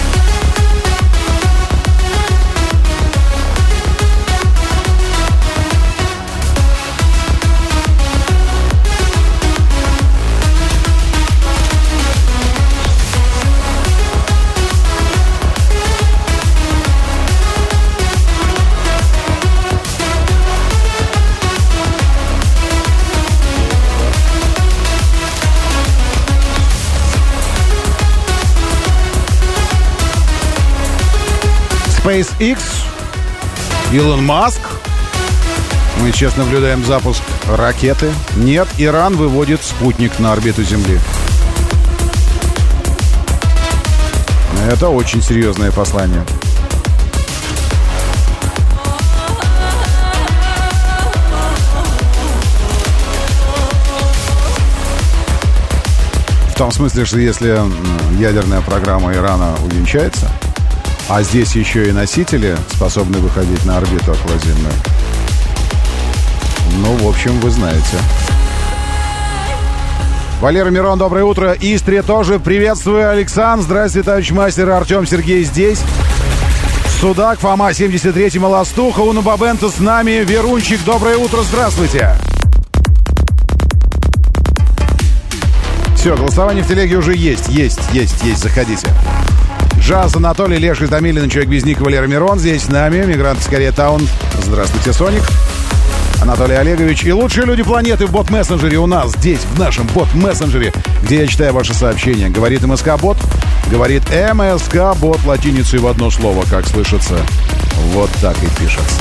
SpaceX, Илон Маск. Мы сейчас наблюдаем запуск ракеты. Нет, Иран выводит спутник на орбиту Земли. Это очень серьезное послание. В том смысле, что если ядерная программа Ирана увенчается, а здесь еще и носители способны выходить на орбиту околоземную. Ну, в общем, вы знаете. Валера Мирон, доброе утро. Истре тоже приветствую. Александр, здравствуйте, товарищ мастер. Артем Сергей здесь. Судак, Фома, семьдесят третий, Молостуха. Уна Бабента с нами. Верунчик, доброе утро, здравствуйте. Все, голосование в телеге уже есть. Есть, есть, есть, заходите. Джаз, Анатолий, Леший, Томилин, Человек без ника, Валера Мирон. Здесь с нами. Мигрант из Корея Таун. Здравствуйте, Соник. Анатолий Олегович. И лучшие люди планеты в бот-мессенджере у нас здесь, в нашем бот-мессенджере, где я читаю ваши сообщения. Говорит МСК-бот. Говорит МСК-бот латиницей в одно слово, как слышится. Вот так и пишется.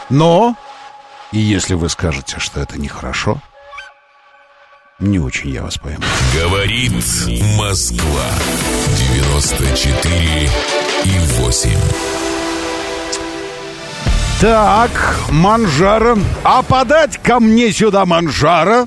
Но, и если вы скажете, что это нехорошо, не очень я вас пойму. Говорит Москва. девяносто четыре и восемь. Так, манжара. А подать ко мне сюда манжара?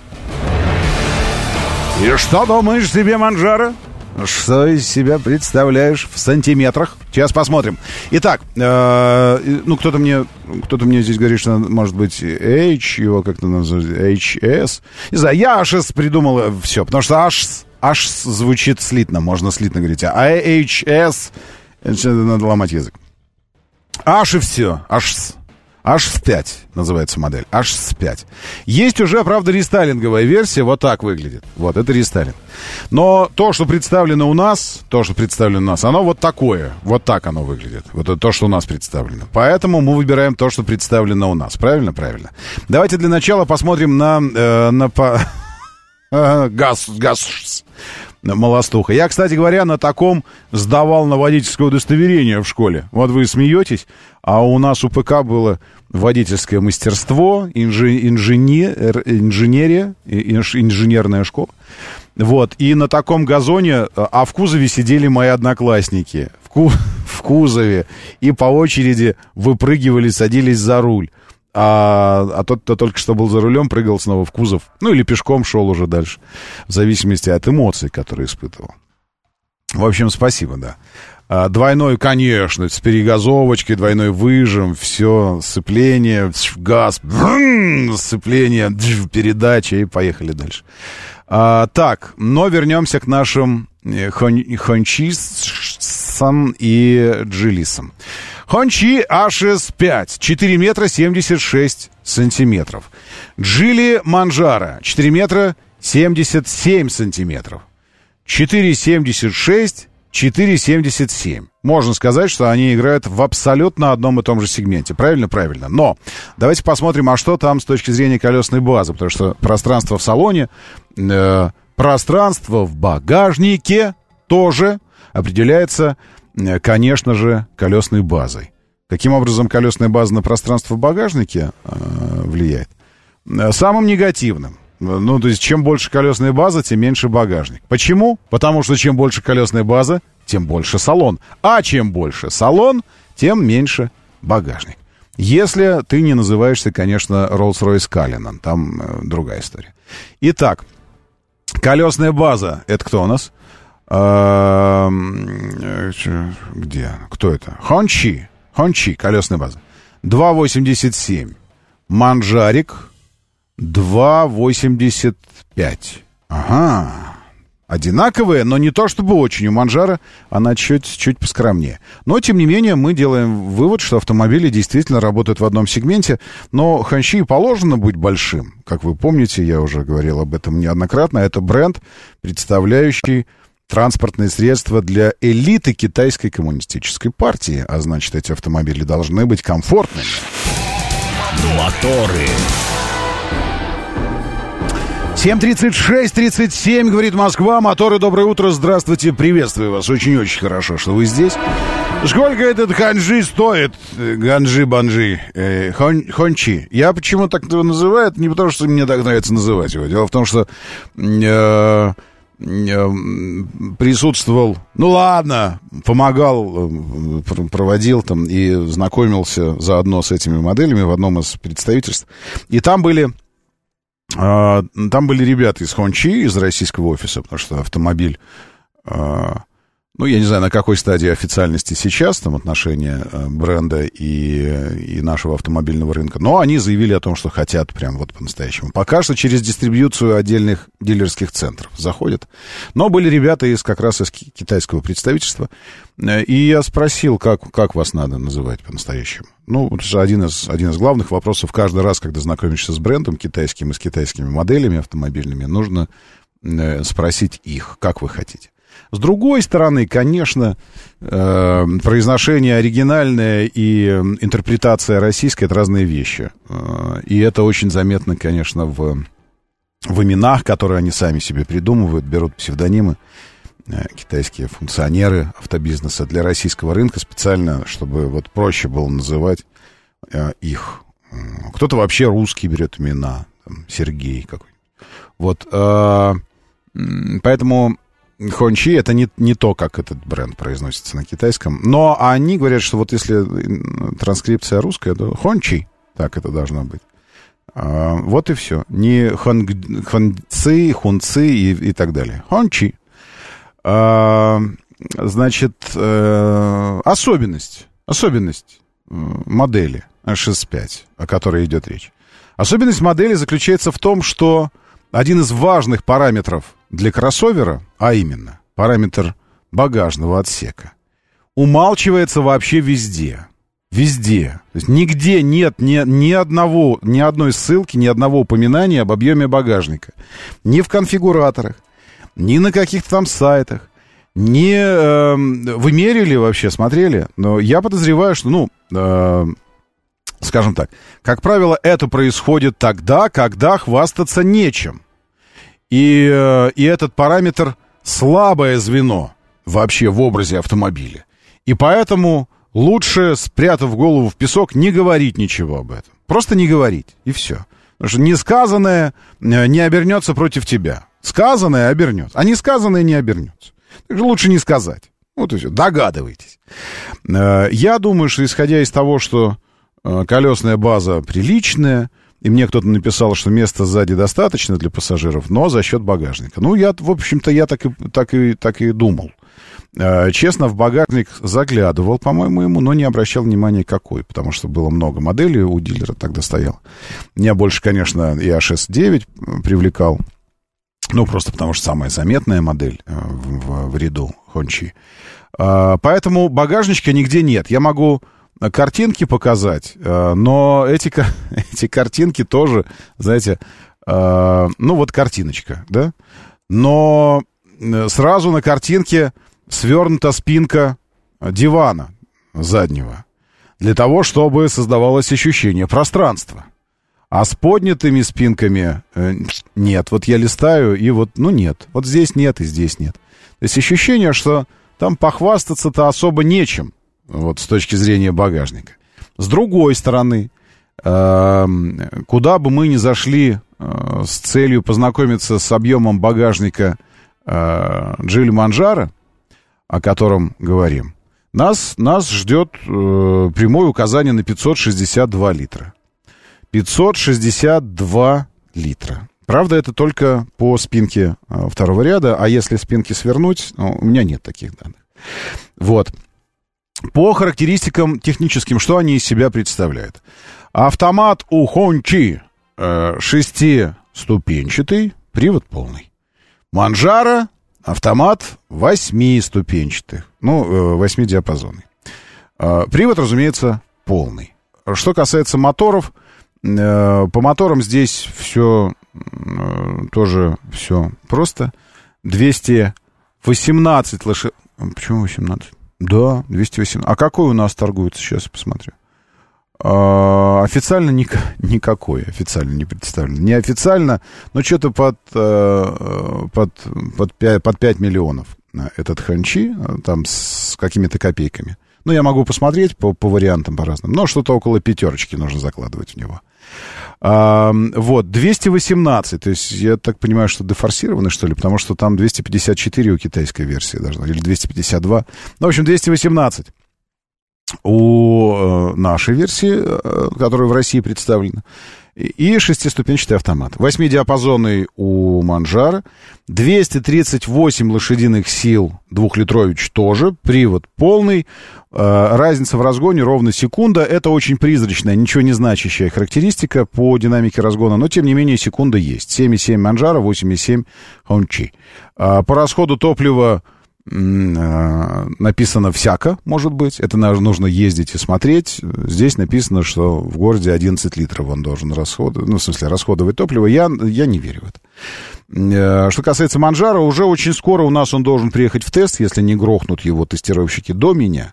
И что думаешь себе, манжара? Что из себя представляешь в сантиметрах? Сейчас посмотрим. Итак, э, ну, кто-то мне, кто-то мне здесь говорит, что, может быть, H, его как-то называют, эйч эс. Не знаю, я эйч эс придумал все, потому что H, H звучит слитно, можно слитно говорить. А эйч эс, это надо ломать язык. H и все, H. эйч эс пять называется модель. эйч эс пять. Есть уже, правда, рестайлинговая версия. Вот так выглядит. Вот, это рестайлинг. Но то, что представлено у нас, то, что представлено у нас, оно вот такое. Вот так оно выглядит. Вот это то, что у нас представлено. Поэтому мы выбираем то, что представлено у нас. Правильно? Правильно. Давайте для начала посмотрим на... Э, на по... газ, газ... Молостуха. Я, кстати говоря, на таком сдавал на водительское удостоверение в школе. Вот вы смеетесь, а у нас у ПК было водительское мастерство, инжи, инженер, инженерия, инж, инженерная школа. Вот, и на таком газоне, а в кузове сидели мои одноклассники. В, ку, в кузове. И по очереди выпрыгивали, садились за руль. А, а тот, кто только что был за рулем, прыгал снова в кузов. Ну, или пешком шел уже дальше. В зависимости от эмоций, которые испытывал. В общем, спасибо, да. А, двойной, конечно, с перегазовочкой, двойной выжим, все, сцепление, газ, сцепление, передача, и поехали дальше. А, так, но вернемся к нашим хончистам и джилисам. Хончи эйч эс пять, четыре метра семьдесят шесть сантиметров. Джили Манджаро, четыре метра семьдесят семь сантиметров. четыре семьдесят шесть, четыре семьдесят семь. Можно сказать, что они играют в абсолютно одном и том же сегменте. Правильно? Правильно. Но давайте посмотрим, а что там с точки зрения колесной базы. Потому что пространство в салоне, э, пространство в багажнике тоже определяется... конечно же, колесной базой. Каким образом колесная база на пространство в багажнике э, влияет? Самым негативным. Ну, то есть, чем больше колесная база, тем меньше багажник. Почему? Потому что чем больше колесная база, тем больше салон. А чем больше салон, тем меньше багажник. Если ты не называешься, конечно, Rolls-Royce Cullinan. Там э, другая история. Итак, колесная база. Это кто у нас? Где? Кто это? Хончи. Хончи, колесная база. два восемьдесят семь. Манжарик два восемьдесят пять. Ага. Одинаковые, но не то чтобы очень. У Манжаро она чуть-чуть поскромнее. Но, тем не менее, мы делаем вывод, что автомобили действительно работают в одном сегменте. Но Хончи положено быть большим. Как вы помните, я уже говорил об этом неоднократно. Это бренд, представляющий транспортные средства для элиты китайской коммунистической партии. А значит, эти автомобили должны быть комфортными. Моторы. семь тридцать шесть тридцать семь, говорит Москва. Моторы, доброе утро, здравствуйте, приветствую вас. Очень-очень хорошо, что вы здесь. Сколько этот ханжи стоит? Ганжи-банжи. Э, хон, хончи. Я почему так его называю? Это не потому, что мне так нравится называть его. Дело в том, что... Э, присутствовал, ну ладно, помогал, проводил там и знакомился заодно с этими моделями в одном из представительств. И там были, там были ребята из Хончи, из российского офиса, потому что автомобиль, ну, я не знаю, на какой стадии официальности сейчас, там, отношения бренда и, и нашего автомобильного рынка, но они заявили о том, что хотят прям вот по-настоящему. Пока что через дистрибьюцию отдельных дилерских центров заходят. Но были ребята из, как раз из китайского представительства, и я спросил, как, как вас надо называть по-настоящему. Ну, это же один из, один из главных вопросов каждый раз, когда знакомишься с брендом китайским и с китайскими моделями автомобильными, нужно спросить их, как вы хотите. С другой стороны, конечно, э, произношение оригинальное и интерпретация российская — это разные вещи. Э, и это очень заметно, конечно, в, в именах, которые они сами себе придумывают, берут псевдонимы, э, китайские функционеры автобизнеса для российского рынка специально, чтобы вот проще было называть э, их. кто-то вообще русский берет имена, там, Сергей какой-нибудь. Вот, э, поэтому Хончи это не, не то, как этот бренд произносится на китайском. Но они говорят, что вот если транскрипция русская, то Хончи, так это должно быть. А, вот и все. Не хон, хонци, хунци и, и так далее. Хончи. А, значит, э, особенность, особенность модели эш эс пять, о которой идет речь. Особенность модели заключается в том, что один из важных параметров для кроссовера, а именно параметр багажного отсека, умалчивается вообще везде. Везде. То есть нигде нет ни, ни одного, ни одной ссылки, ни одного упоминания об объеме багажника. Ни в конфигураторах, ни на каких-то там сайтах. Не, э, вы мерили вообще, смотрели? Но я подозреваю, что, ну, э, скажем так, как правило, это происходит тогда, когда хвастаться нечем. И, э, и этот параметр слабое звено вообще в образе автомобиля. И поэтому лучше, спрятав голову в песок, не говорить ничего об этом. Просто не говорить, и все. Потому что несказанное не обернется против тебя. Сказанное обернется, а несказанное не обернется. Так же лучше не сказать. Вот и все. Догадывайтесь. Я думаю, что исходя из того, что колесная база приличная, и мне кто-то написал, что места сзади достаточно для пассажиров, но за счет багажника. Ну, я, в общем-то, я так и, так и, так и думал. Честно, в багажник заглядывал, по-моему, ему, но не обращал внимания, какой, потому что было много моделей у дилера тогда стояло. Меня больше, конечно, и эйч эс девять привлекал. Ну, просто потому что самая заметная модель в, в, в ряду Хончи. А, поэтому багажничка нигде нет. Я могу картинки показать, но эти, эти картинки тоже, знаете, а, ну, вот картиночка, да? Но сразу на картинке свернута спинка дивана заднего для того, чтобы создавалось ощущение пространства. А с поднятыми спинками э, нет. Вот я листаю, и вот, ну, нет. Вот здесь нет, и здесь нет. То есть ощущение, что там похвастаться-то особо нечем, вот с точки зрения багажника. С другой стороны, э, куда бы мы ни зашли э, с целью познакомиться с объемом багажника э, Джили Манджаро, о котором говорим, нас, нас ждет э, прямое указание на пятьсот шестьдесят два литра. пятьсот шестьдесят два литра. Правда, это только по спинке а, второго ряда, а если спинки свернуть, ну, у меня нет таких данных. Вот. По характеристикам техническим, что они из себя представляют? Автомат у Хончи э, шестиступенчатый, привод полный. Манджаро автомат восьмиступенчатый, ну, э, восьмидиапазонный. Э, привод, разумеется, полный. Что касается моторов, по моторам здесь все тоже все просто. двести восемнадцать лошадей. Почему восемнадцать? Да, двести восемнадцать. А какой у нас торгуется? Сейчас я посмотрю. А, официально ник- никакой. Официально не представлен. Неофициально, но что-то под, под, под, пять, под пять миллионов этот Хончи, там с какими-то копейками. Ну, я могу посмотреть по, по вариантам, по разным. Но что-то около пятерочки нужно закладывать в него. А, вот, двести восемнадцать. То есть, я так понимаю, что дефорсированы, что ли? Потому что там двести пятьдесят четыре у китайской версии должно. Или двести пятьдесят два. Ну, в общем, двести восемнадцать. У э, нашей версии, э, которая в России представлена. И шестиступенчатый автомат. Восьмидиапазонный у Манджаро. двести тридцать восемь лошадиных сил двухлитрович тоже. Привод полный. Разница в разгоне ровно секунда. Это очень призрачная, ничего не значащая характеристика по динамике разгона. Но, тем не менее, секунда есть. семь и семь Манджаро, восемь и семь Хончи. По расходу топлива написано всяко, может быть. Это нужно ездить и смотреть. Здесь написано, что в городе одиннадцать литров он должен расходовать. Ну, в смысле, расходовать топливо. Я, я не верю в это. Что касается Манджаро, уже очень скоро у нас он должен приехать в тест, если не грохнут его тестировщики до меня.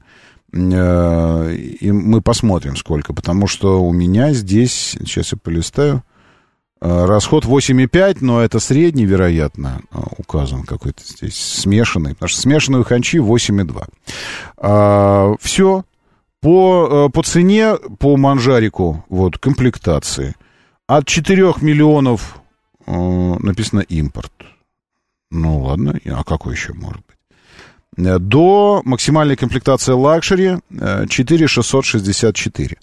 И мы посмотрим, сколько. Потому что у меня здесь, сейчас я полистаю, расход восемь и пять, но это средний, вероятно, указан какой-то здесь смешанный. Потому что смешанную Хончи восемь и два. Все. по, по цене, по манжарику, вот, комплектации, от четырёх миллионов э, написано импорт. Ну, ладно, а какой еще может быть? До максимальной комплектации лакшери четыре тысячи шестьсот шестьдесят четыре.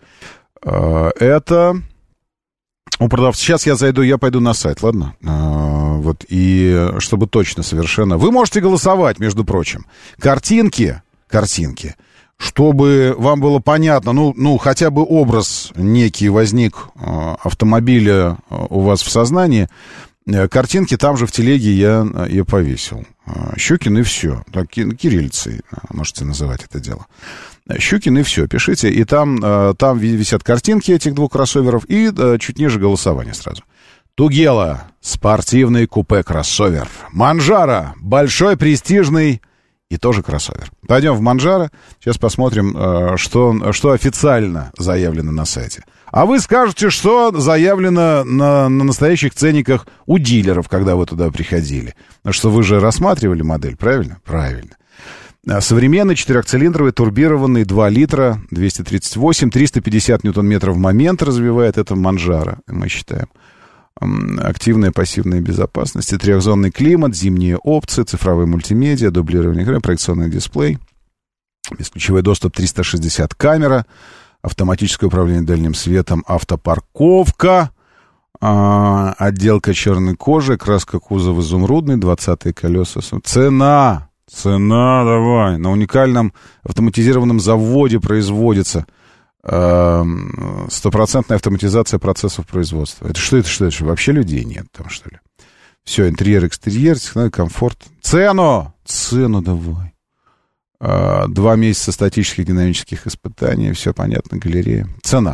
Это у продавца. Сейчас я зайду, я пойду на сайт, ладно? Вот, и чтобы точно совершенно... Вы можете голосовать, между прочим. Картинки, картинки, чтобы вам было понятно, ну, ну хотя бы образ некий возник автомобиля у вас в сознании. Картинки там же в телеге я ее повесил. Щукин и все. Так, кириллицей можете называть это дело. Щукин и все. Пишите. И там, там висят картинки этих двух кроссоверов. И чуть ниже голосование сразу. Тугела. Спортивный купе-кроссовер. Манжара. Большой, престижный и тоже кроссовер. Пойдем в Манжара. Сейчас посмотрим, что, что официально заявлено на сайте. А вы скажете, что заявлено на, на настоящих ценниках у дилеров, когда вы туда приходили. Что вы же рассматривали модель, правильно? Правильно. Современный четырехцилиндровый турбированный два литра, двести тридцать восемь, триста пятьдесят ньютон-метров в момент развивает это Манжара, мы считаем. Активная пассивная безопасность, трехзонный климат, зимние опции, цифровой мультимедиа, дублирование экрана, проекционный дисплей, бесключевой доступ, триста шестьдесят камера, автоматическое управление дальним светом, автопарковка, а, отделка черной кожи, краска кузова изумрудный, двадцатые колеса. Цена, цена, давай. На уникальном автоматизированном заводе производится стопроцентная автоматизация процессов производства. Это что это, что это? Вообще людей нет там, что ли? Все, интерьер, экстерьер, технология, комфорт. Цену! Цену давай. Два месяца статических динамических испытаний, все понятно, галерея. Цена.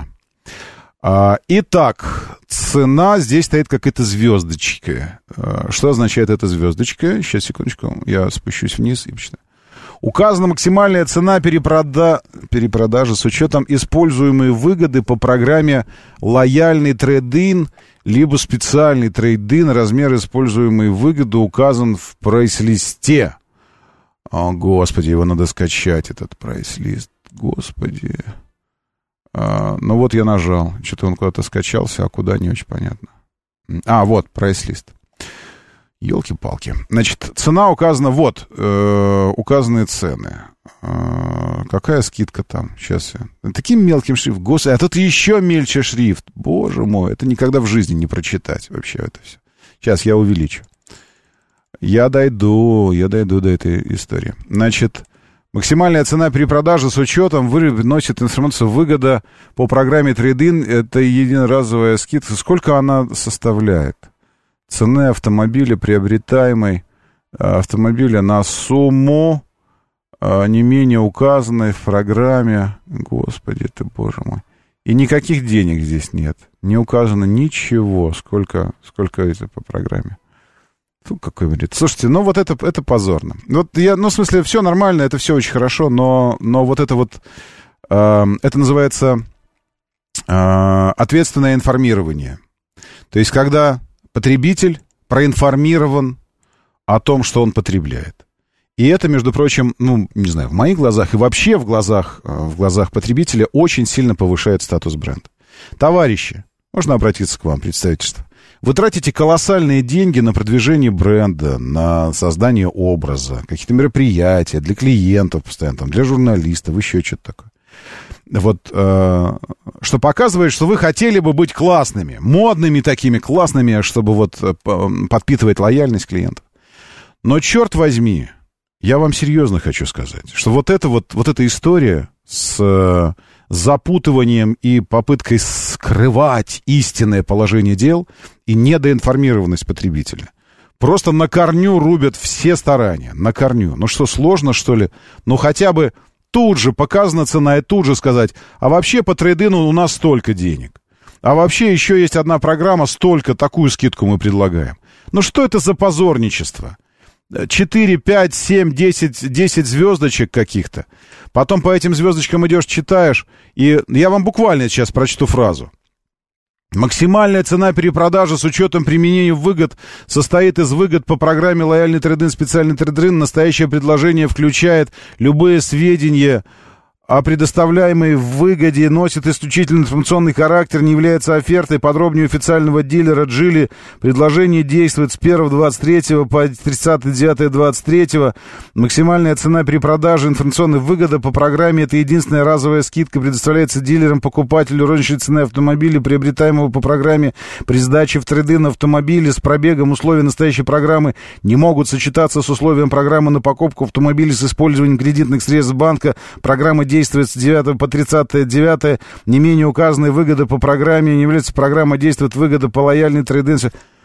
Итак, цена, здесь стоит какая-то звездочка. Что означает эта звездочка? Сейчас, секундочку, я спущусь вниз и почитаю. Указана максимальная цена перепрода... перепродажи с учетом используемой выгоды по программе «Лояльный трейд-ин» либо «Специальный трейд-ин». Размер используемой выгоды указан в прайс-листе. О, господи, его надо скачать, этот прайс-лист. Господи. А, ну вот я нажал. Что-то он куда-то скачался, а куда, не очень понятно. А, вот, прайс-лист. Ёлки-палки. Значит, цена указана, вот, э, указанные цены. Э, какая скидка там? Сейчас я... Таким мелким шрифтом. Господи, а тут еще мельче шрифт. Боже мой, это никогда в жизни не прочитать вообще это все. Сейчас я увеличу. Я дойду, я дойду до этой истории. Значит, максимальная цена при продаже с учетом выносит информацию выгода по программе трейд-ин. Это единоразовая скидка. Сколько она составляет? Цены автомобиля, приобретаемой автомобиля на сумму не менее указанной в программе. Господи ты, боже мой. И никаких денег здесь нет. Не указано ничего, сколько, сколько это по программе. Фу, какой бред. Слушайте, ну вот это, это позорно. Вот я, ну, в смысле, все нормально, это все очень хорошо, но, но вот это вот, э, это называется э, ответственное информирование. То есть, когда потребитель проинформирован о том, что он потребляет. И это, между прочим, ну, не знаю, в моих глазах и вообще в глазах, в глазах потребителя очень сильно повышает статус бренда. Товарищи, можно обратиться к вам, представительство. Вы тратите колоссальные деньги на продвижение бренда, на создание образа, какие-то мероприятия для клиентов постоянно, там, для журналистов, еще что-то такое. Вот, э, что показывает, что вы хотели бы быть классными, модными такими, классными, чтобы вот э, подпитывать лояльность клиентов. Но, черт возьми, я вам серьезно хочу сказать, что вот эта вот, вот эта история с э, запутыванием и попыткой скрывать истинное положение дел и недоинформированность потребителя просто на корню рубят все старания, на корню. Ну что, сложно, что ли? Ну хотя бы тут же показана цена и тут же сказать, а вообще по трейд-ину у нас столько денег. А вообще еще есть одна программа, столько, такую скидку мы предлагаем. Ну что это за позорничество? четыре, пять, семь, десять, десять звездочек каких-то. Потом по этим звездочкам идешь, читаешь. И я вам буквально сейчас прочту фразу. Максимальная цена перепродажи с учетом применения выгод состоит из выгод по программе «Лояльный трейд-ин», «Специальный трейд-ин». Настоящее предложение включает любые сведения о предоставляемой выгоде носит исключительно информационный характер, не является офертой. Подробнее у официального дилера Джили предложение действует с первого двадцать третьего по тридцатое девятое двадцать третьего. Максимальная цена при продаже информационной выгоды по программе — это единственная разовая скидка, предоставляется дилерам покупателю розничной цены автомобиля, приобретаемого по программе при сдаче в трейд-ин автомобиля с пробегом. Условия настоящей программы не могут сочетаться с условием программы на покупку автомобиля с использованием кредитных средств банка. Программа действует с девятого по тридцатое девятое. Не менее указанной выгоды по программе не является программа, действует выгода по лояльной трейд-ин.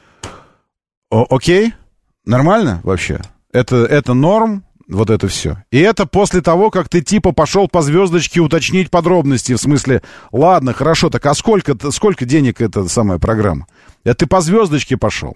О, окей? Нормально вообще? Это, это норм? Вот это все. И это после того, как ты типа пошел по звездочке уточнить подробности. В смысле, ладно, хорошо, так а сколько, сколько денег эта самая программа? Это ты по звездочке пошел.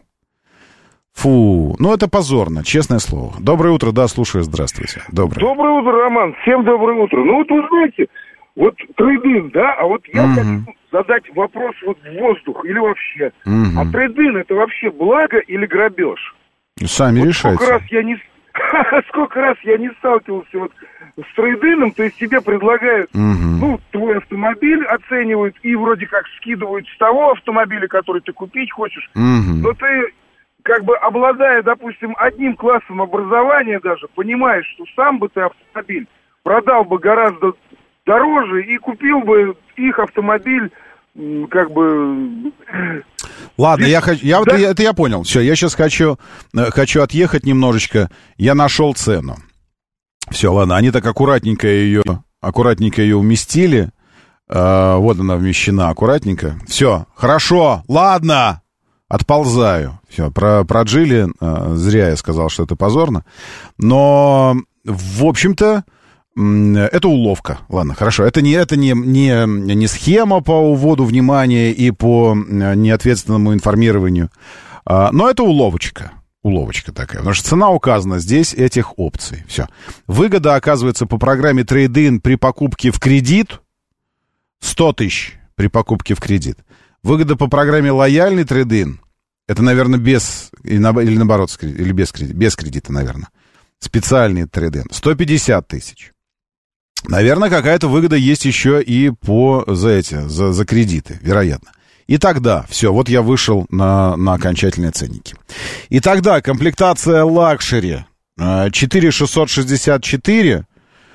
Фу, ну это позорно, честное слово. Доброе утро, да, слушаю, здравствуйте. Доброе. Доброе утро, Роман, всем доброе утро. Ну вот вы знаете, вот трейд-ин, да, а вот я Угу. хочу задать вопрос вот в воздух или вообще. Угу. А трейд-ин это вообще благо или грабеж? Сами Вот решайте. сколько раз я не сколько раз я не сталкивался вот с трейд-ином, то есть тебе предлагают, Угу. ну, твой автомобиль оценивают и вроде как скидывают с того автомобиля, который ты купить хочешь, Угу. но ты, как бы обладая, допустим, одним классом образования даже, понимаешь, что сам бы ты автомобиль продал бы гораздо дороже и купил бы их автомобиль, м, как бы... Ладно, я хочу, я, вот Да. я- это я понял. Все, я сейчас хочу, э, хочу отъехать немножечко. Я нашел цену. Все, ладно, они так аккуратненько ее, аккуратненько ее уместили. Э, вот она вмещена, аккуратненько. Все, хорошо, ладно, отползаю. Все, про, про Джили э, зря я сказал, что это позорно. Но, в общем-то, м, это уловка. Ладно, хорошо. Это не, это не, не, не схема по уводу внимания и по э, неответственному информированию. А, но это уловочка. Уловочка такая. Потому что цена указана здесь этих опций. Все. Выгода оказывается по программе трейд-ин при покупке в кредит. сто тысяч при покупке в кредит. Выгода по программе лояльный трейд-ин. Это, наверное, без... Или, на, или наоборот, с кредит, или без кредита. Без кредита, наверное. Специальный трейд-ин. сто пятьдесят тысяч. Наверное, какая-то выгода есть еще и по, за эти, за, за кредиты, вероятно. И тогда, все, вот я вышел на, на окончательные ценники. И тогда комплектация лакшери четыре тысячи шестьсот шестьдесят четыре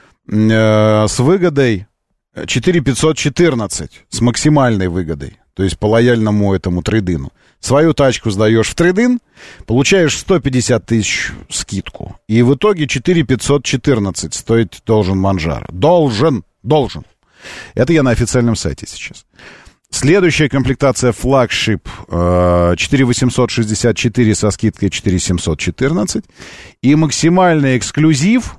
э, с выгодой четыре тысячи пятьсот четырнадцать, с максимальной выгодой, то есть по лояльному этому трейд-ину. Свою тачку сдаешь в трейд-ин, получаешь сто пятьдесят тысяч скидку. И в итоге четыре тысячи пятьсот четырнадцать стоить должен Манжаро. Должен, должен. Это я на официальном сайте сейчас. Следующая комплектация флагшип четыре тысячи восемьсот шестьдесят четыре со скидкой четыре тысячи семьсот четырнадцать. И максимальный эксклюзив.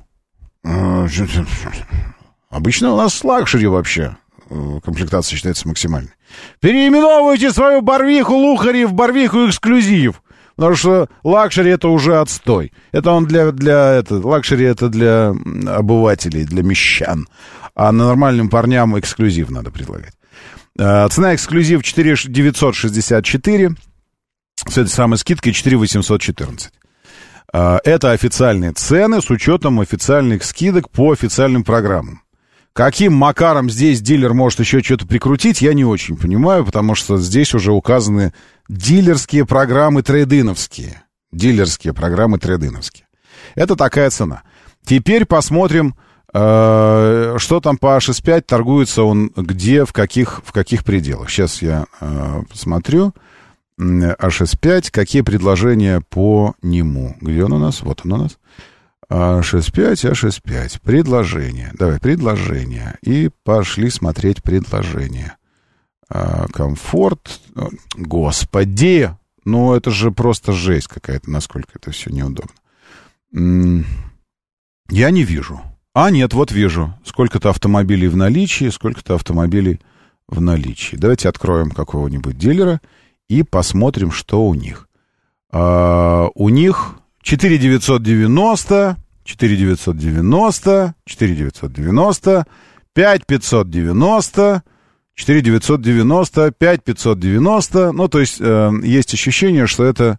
Обычно у нас лакшери вообще комплектация считается максимальной. Переименовывайте свою Барвиху Лухари в Барвиху эксклюзив. Потому что лакшери это уже отстой. Это он для, для это, лакшери это для обывателей, для мещан. А нормальным парням эксклюзив надо предлагать. Цена эксклюзив четыре тысячи девятьсот шестьдесят четыре. С этой самой скидкой четыре тысячи восемьсот четырнадцать. Это официальные цены с учетом официальных скидок по официальным программам. Каким макаром здесь дилер может еще что-то прикрутить, я не очень понимаю, потому что здесь уже указаны дилерские программы трейд-иновские. Дилерские программы трейд-иновские. Это такая цена. Теперь посмотрим, э, что там по эйч эс пять, торгуется он где, в каких, в каких пределах. Сейчас я э, посмотрю. эйч эс пять, какие предложения по нему. Где он у нас? Вот он у нас. эйч эс пять, эйч эс пять. Предложение. Давай, предложение. И пошли смотреть предложение. А, комфорт. Господи! Ну, это же просто жесть какая-то, насколько это все неудобно. М-м- я не вижу. А, нет, вот вижу. Сколько-то автомобилей в наличии, сколько-то автомобилей в наличии. Давайте откроем какого-нибудь дилера и посмотрим, что у них. А, у них... четыре тысячи девятьсот девяносто, четыре тысячи девятьсот девяносто, четыре тысячи девятьсот девяносто, пять тысяч пятьсот девяносто, четыре тысячи девятьсот девяносто, пять тысяч пятьсот девяносто. Ну, то есть, э, есть ощущение, что это,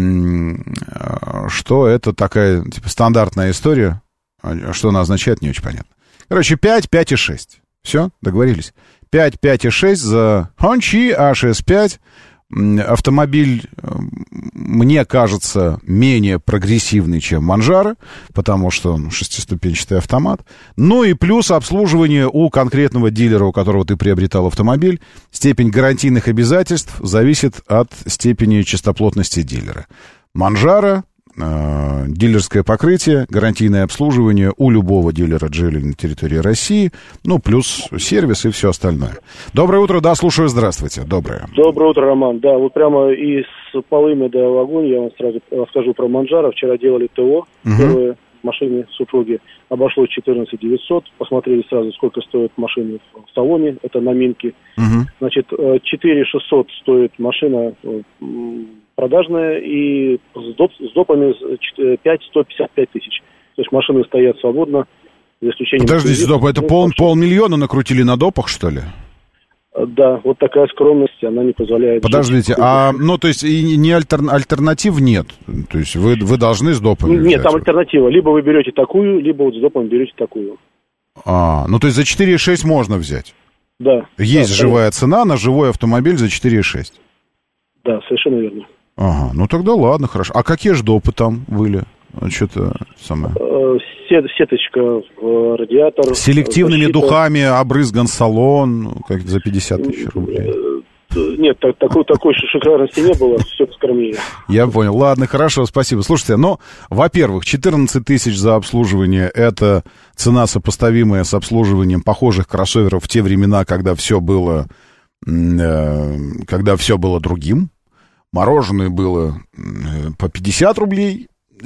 э, что это такая, типа, стандартная история. А что она означает, не очень понятно. Короче, пять, пять и шесть. Все, договорились. пять, пять и шесть за Hongqi эйч эс пять. Автомобиль, мне кажется, менее прогрессивный, чем Манжаро, потому что он шестиступенчатый автомат. Ну и плюс обслуживание у конкретного дилера, у которого ты приобретал автомобиль. Степень гарантийных обязательств зависит от степени чистоплотности дилера. Манжаро, э, дилерское покрытие, гарантийное обслуживание у любого дилера Geely на территории России, ну, плюс сервис и все остальное. Доброе утро, да, слушаю, здравствуйте, доброе. Доброе утро, Роман. Да, вот прямо из Полыми до Лагуни я вам сразу расскажу про Манжаро. Вчера делали ТО, угу. Первые машины супруги. Обошлось четырнадцать тысяч девятьсот. Посмотрели сразу, сколько стоит машина в салоне. Это на Минке. Угу. Значит, четыре тысячи шестьсот стоит машина продажная, и с, доп, с допами пять сто пятьдесят пять тысяч. То есть машины стоят свободно, за исключением... Подождите, доп, это пол, полмиллиона накрутили на допах, что ли? Да, вот такая скромность, она не позволяет... Подождите, а, ну, то есть, и не альтер, альтернатив нет? То есть, вы, вы должны с допами Нет, взять. Там альтернатива. Либо вы берете такую, либо вот с допами берете такую. А, ну, то есть, за четыре и шесть можно взять? Да. Есть да, живая конечно. цена на живой автомобиль за четыре и шесть? Да, совершенно верно. Ага, ну, тогда ладно, хорошо. А какие ж допы там были? Что-то самое... Сеточка в радиатор. С селективными защита. Духами обрызган салон, как за пятьдесят тысяч рублей. Нет, так, такой, такой шикарности не было, все поскромнее. Я понял. Ладно, хорошо, спасибо. Слушайте, ну, во-первых, четырнадцать тысяч за обслуживание — это цена, сопоставимая с обслуживанием похожих кроссоверов в те времена, когда все было, э, когда все было другим. Мороженое было по пятьдесят рублей.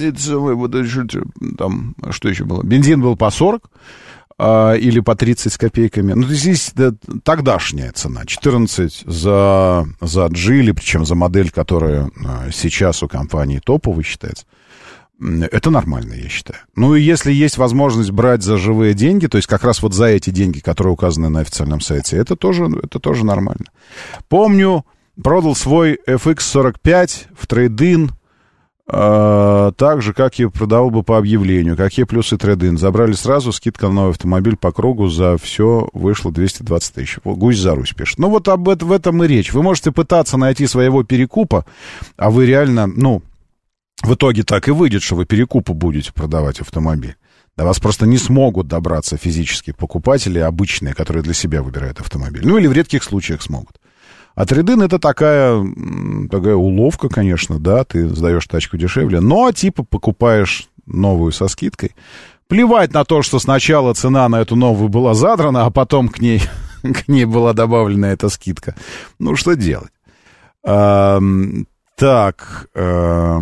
Там, что еще было? Бензин был по сорок а, или по тридцать с копейками. Ну, здесь да, тогдашняя цена. четырнадцать за, за Geely, причем за модель, которая а, сейчас у компании топовой считается. Это нормально, я считаю. Ну, и если есть возможность брать за живые деньги, то есть как раз вот за эти деньги, которые указаны на официальном сайте, это тоже, это тоже нормально. Помню, продал свой эф икс сорок пять в трейд-ин, а, так же, как и продавал бы по объявлению. Какие плюсы трейд-ин? Забрали сразу, скидка на новый автомобиль по кругу, за все вышло двести двадцать тысяч. Гусь за Русь пишет. Ну, вот об этом, в этом и речь. Вы можете пытаться найти своего перекупа, а вы реально, ну, в итоге так и выйдет, что вы перекупу будете продавать автомобиль. До вас просто не смогут добраться физические покупатели, обычные, которые для себя выбирают автомобиль. Ну, или в редких случаях смогут. А трейд-ин — это такая, такая уловка, конечно, да, ты сдаешь тачку дешевле, но типа покупаешь новую со скидкой. Плевать на то, что сначала цена на эту новую была задрана, а потом к ней, к ней была добавлена эта скидка. Ну, что делать? А, так, а,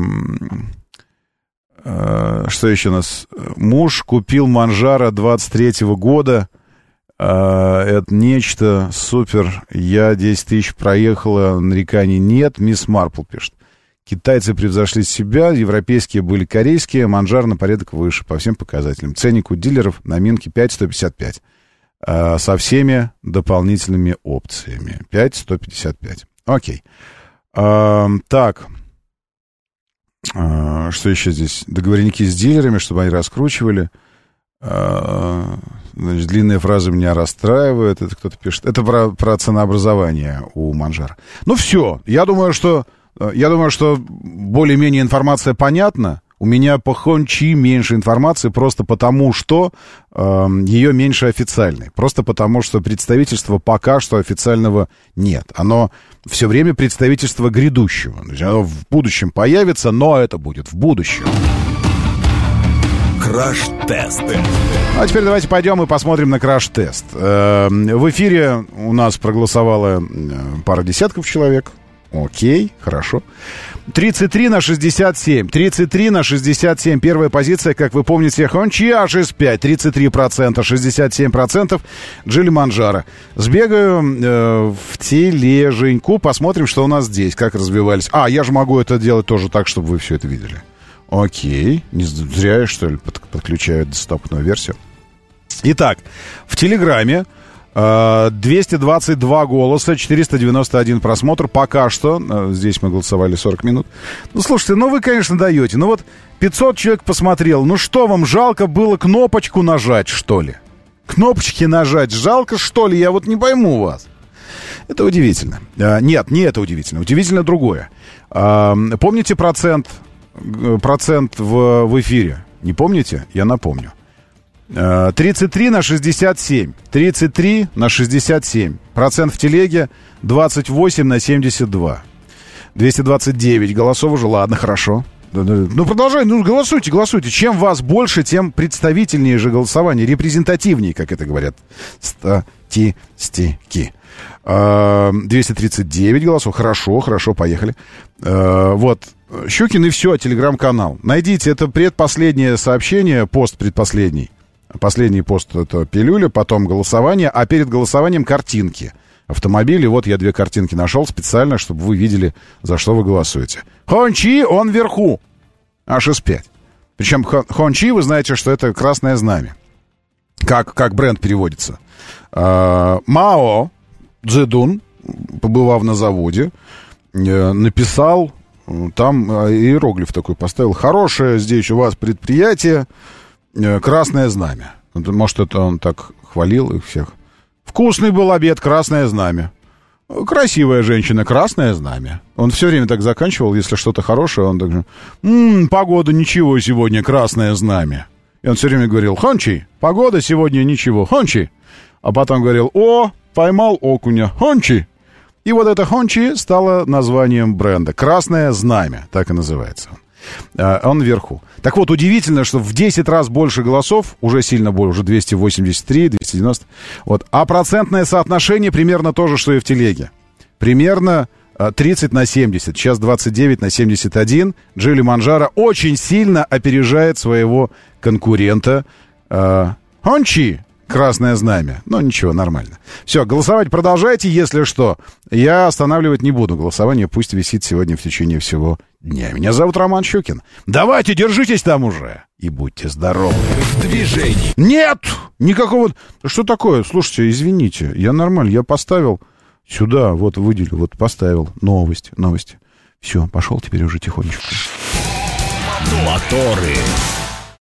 а, что еще у нас? Муж купил Манжаро двадцать третьего года. Uh, это нечто супер. Я десять тысяч проехала, нареканий нет. Мисс Марпл пишет. Китайцы превзошли себя, европейские были корейские, Манжаро на порядок выше по всем показателям. Ценник у дилеров на Минке пять сто пятьдесят пять. Uh, со всеми дополнительными опциями. пять сто пятьдесят пять. Окей. Uh, так. Uh, что еще здесь? Договорники с дилерами, чтобы они раскручивали. Uh, значит, длинные фразы меня расстраивают. Это кто-то пишет. Это про, про ценообразование у Манжаро. Ну все. Я думаю, что я думаю, что более-менее информация понятна. У меня по Hongqi меньше информации просто потому, что э, ее меньше официальной. Просто потому, что представительства пока что официального нет. Оно все время представительство грядущего. То есть оно в будущем появится, но это будет в будущем. Краш-тест. А теперь давайте пойдем и посмотрим на краш-тест. В эфире у нас проголосовала пара десятков человек. Окей, хорошо. тридцать три на шестьдесят семь. тридцать три на шестьдесят семь. Первая позиция, как вы помните, Hongqi эйч эс пять. тридцать три процента, шестьдесят семь процентов Geely Manjaro. Сбегаю э, в тележеньку, посмотрим, что у нас здесь, как развивались. А, я же могу это делать тоже так, чтобы вы все это видели. Окей, не зря я, что ли, под, подключаю десктопную версию. Итак, в Телеграме э, двести двадцать два голоса, четыреста девяносто один просмотр. Пока что, э, здесь мы голосовали сорок минут. Ну, слушайте, ну вы, конечно, даете. Ну вот пятьсот человек посмотрел. Ну что, вам жалко было кнопочку нажать, что ли? Кнопочки нажать жалко, что ли? Я вот не пойму вас. Это удивительно. А, нет, не это удивительно. Удивительно другое. А, помните процент, процент в, в эфире? Не помните? Я напомню. А, тридцать три на шестьдесят семь. тридцать три на шестьдесят семь. Процент в телеге двадцать восемь на семьдесят два. двести двадцать девять голосов уже. Ладно, хорошо. Ну, продолжай, ну, голосуйте, голосуйте. Чем вас больше, тем представительнее же голосование, репрезентативнее, как это говорят статистики. двести тридцать девять голосов. Хорошо, хорошо, поехали. Вот. Щукин и все, телеграм-канал. Найдите, это предпоследнее сообщение, пост предпоследний. Последний пост — это пилюля, потом голосование, а перед голосованием картинки. Автомобили, вот я две картинки нашел специально, чтобы вы видели, за что вы голосуете. Хончи, он вверху. аш эс пять. Причем Хончи, вы знаете, что это красное знамя. Как, как бренд переводится. А, Мао Цзэдун, побывав на заводе, написал, там иероглиф такой поставил: хорошее здесь у вас предприятие, красное знамя. Может, это он так хвалил их всех. Вкусный был обед, красное знамя. Красивая женщина, красное знамя. Он все время так заканчивал, если что-то хорошее, он так же: «Ммм, погода ничего сегодня, красное знамя». И он все время говорил: Хончи, погода сегодня ничего, Хончи. А потом говорил: о, поймал окуня, Хончи. И вот это Хончи стало названием бренда. Красное знамя, так и называется он. А, он вверху. Так вот, удивительно, что в десять раз больше голосов, уже сильно больше, уже двести восемьдесят три, двести девяносто. Вот, а процентное соотношение примерно то же, что и в телеге. Примерно а, тридцать на семьдесят. Сейчас двадцать девять на семьдесят один. Джили Манджаро очень сильно опережает своего конкурента а, Хончи. Красное знамя. Но ничего, нормально. Все, голосовать продолжайте. Если что, я останавливать не буду. Голосование пусть висит сегодня в течение всего дня. Меня зовут Роман Щукин. Давайте, держитесь там уже. И будьте здоровы. В движении. Нет! Никакого... Что такое? Слушайте, извините. Я нормально. Я поставил сюда, вот выделил, вот поставил. Новость, новости. Все, пошел теперь уже тихонечко. Моторы.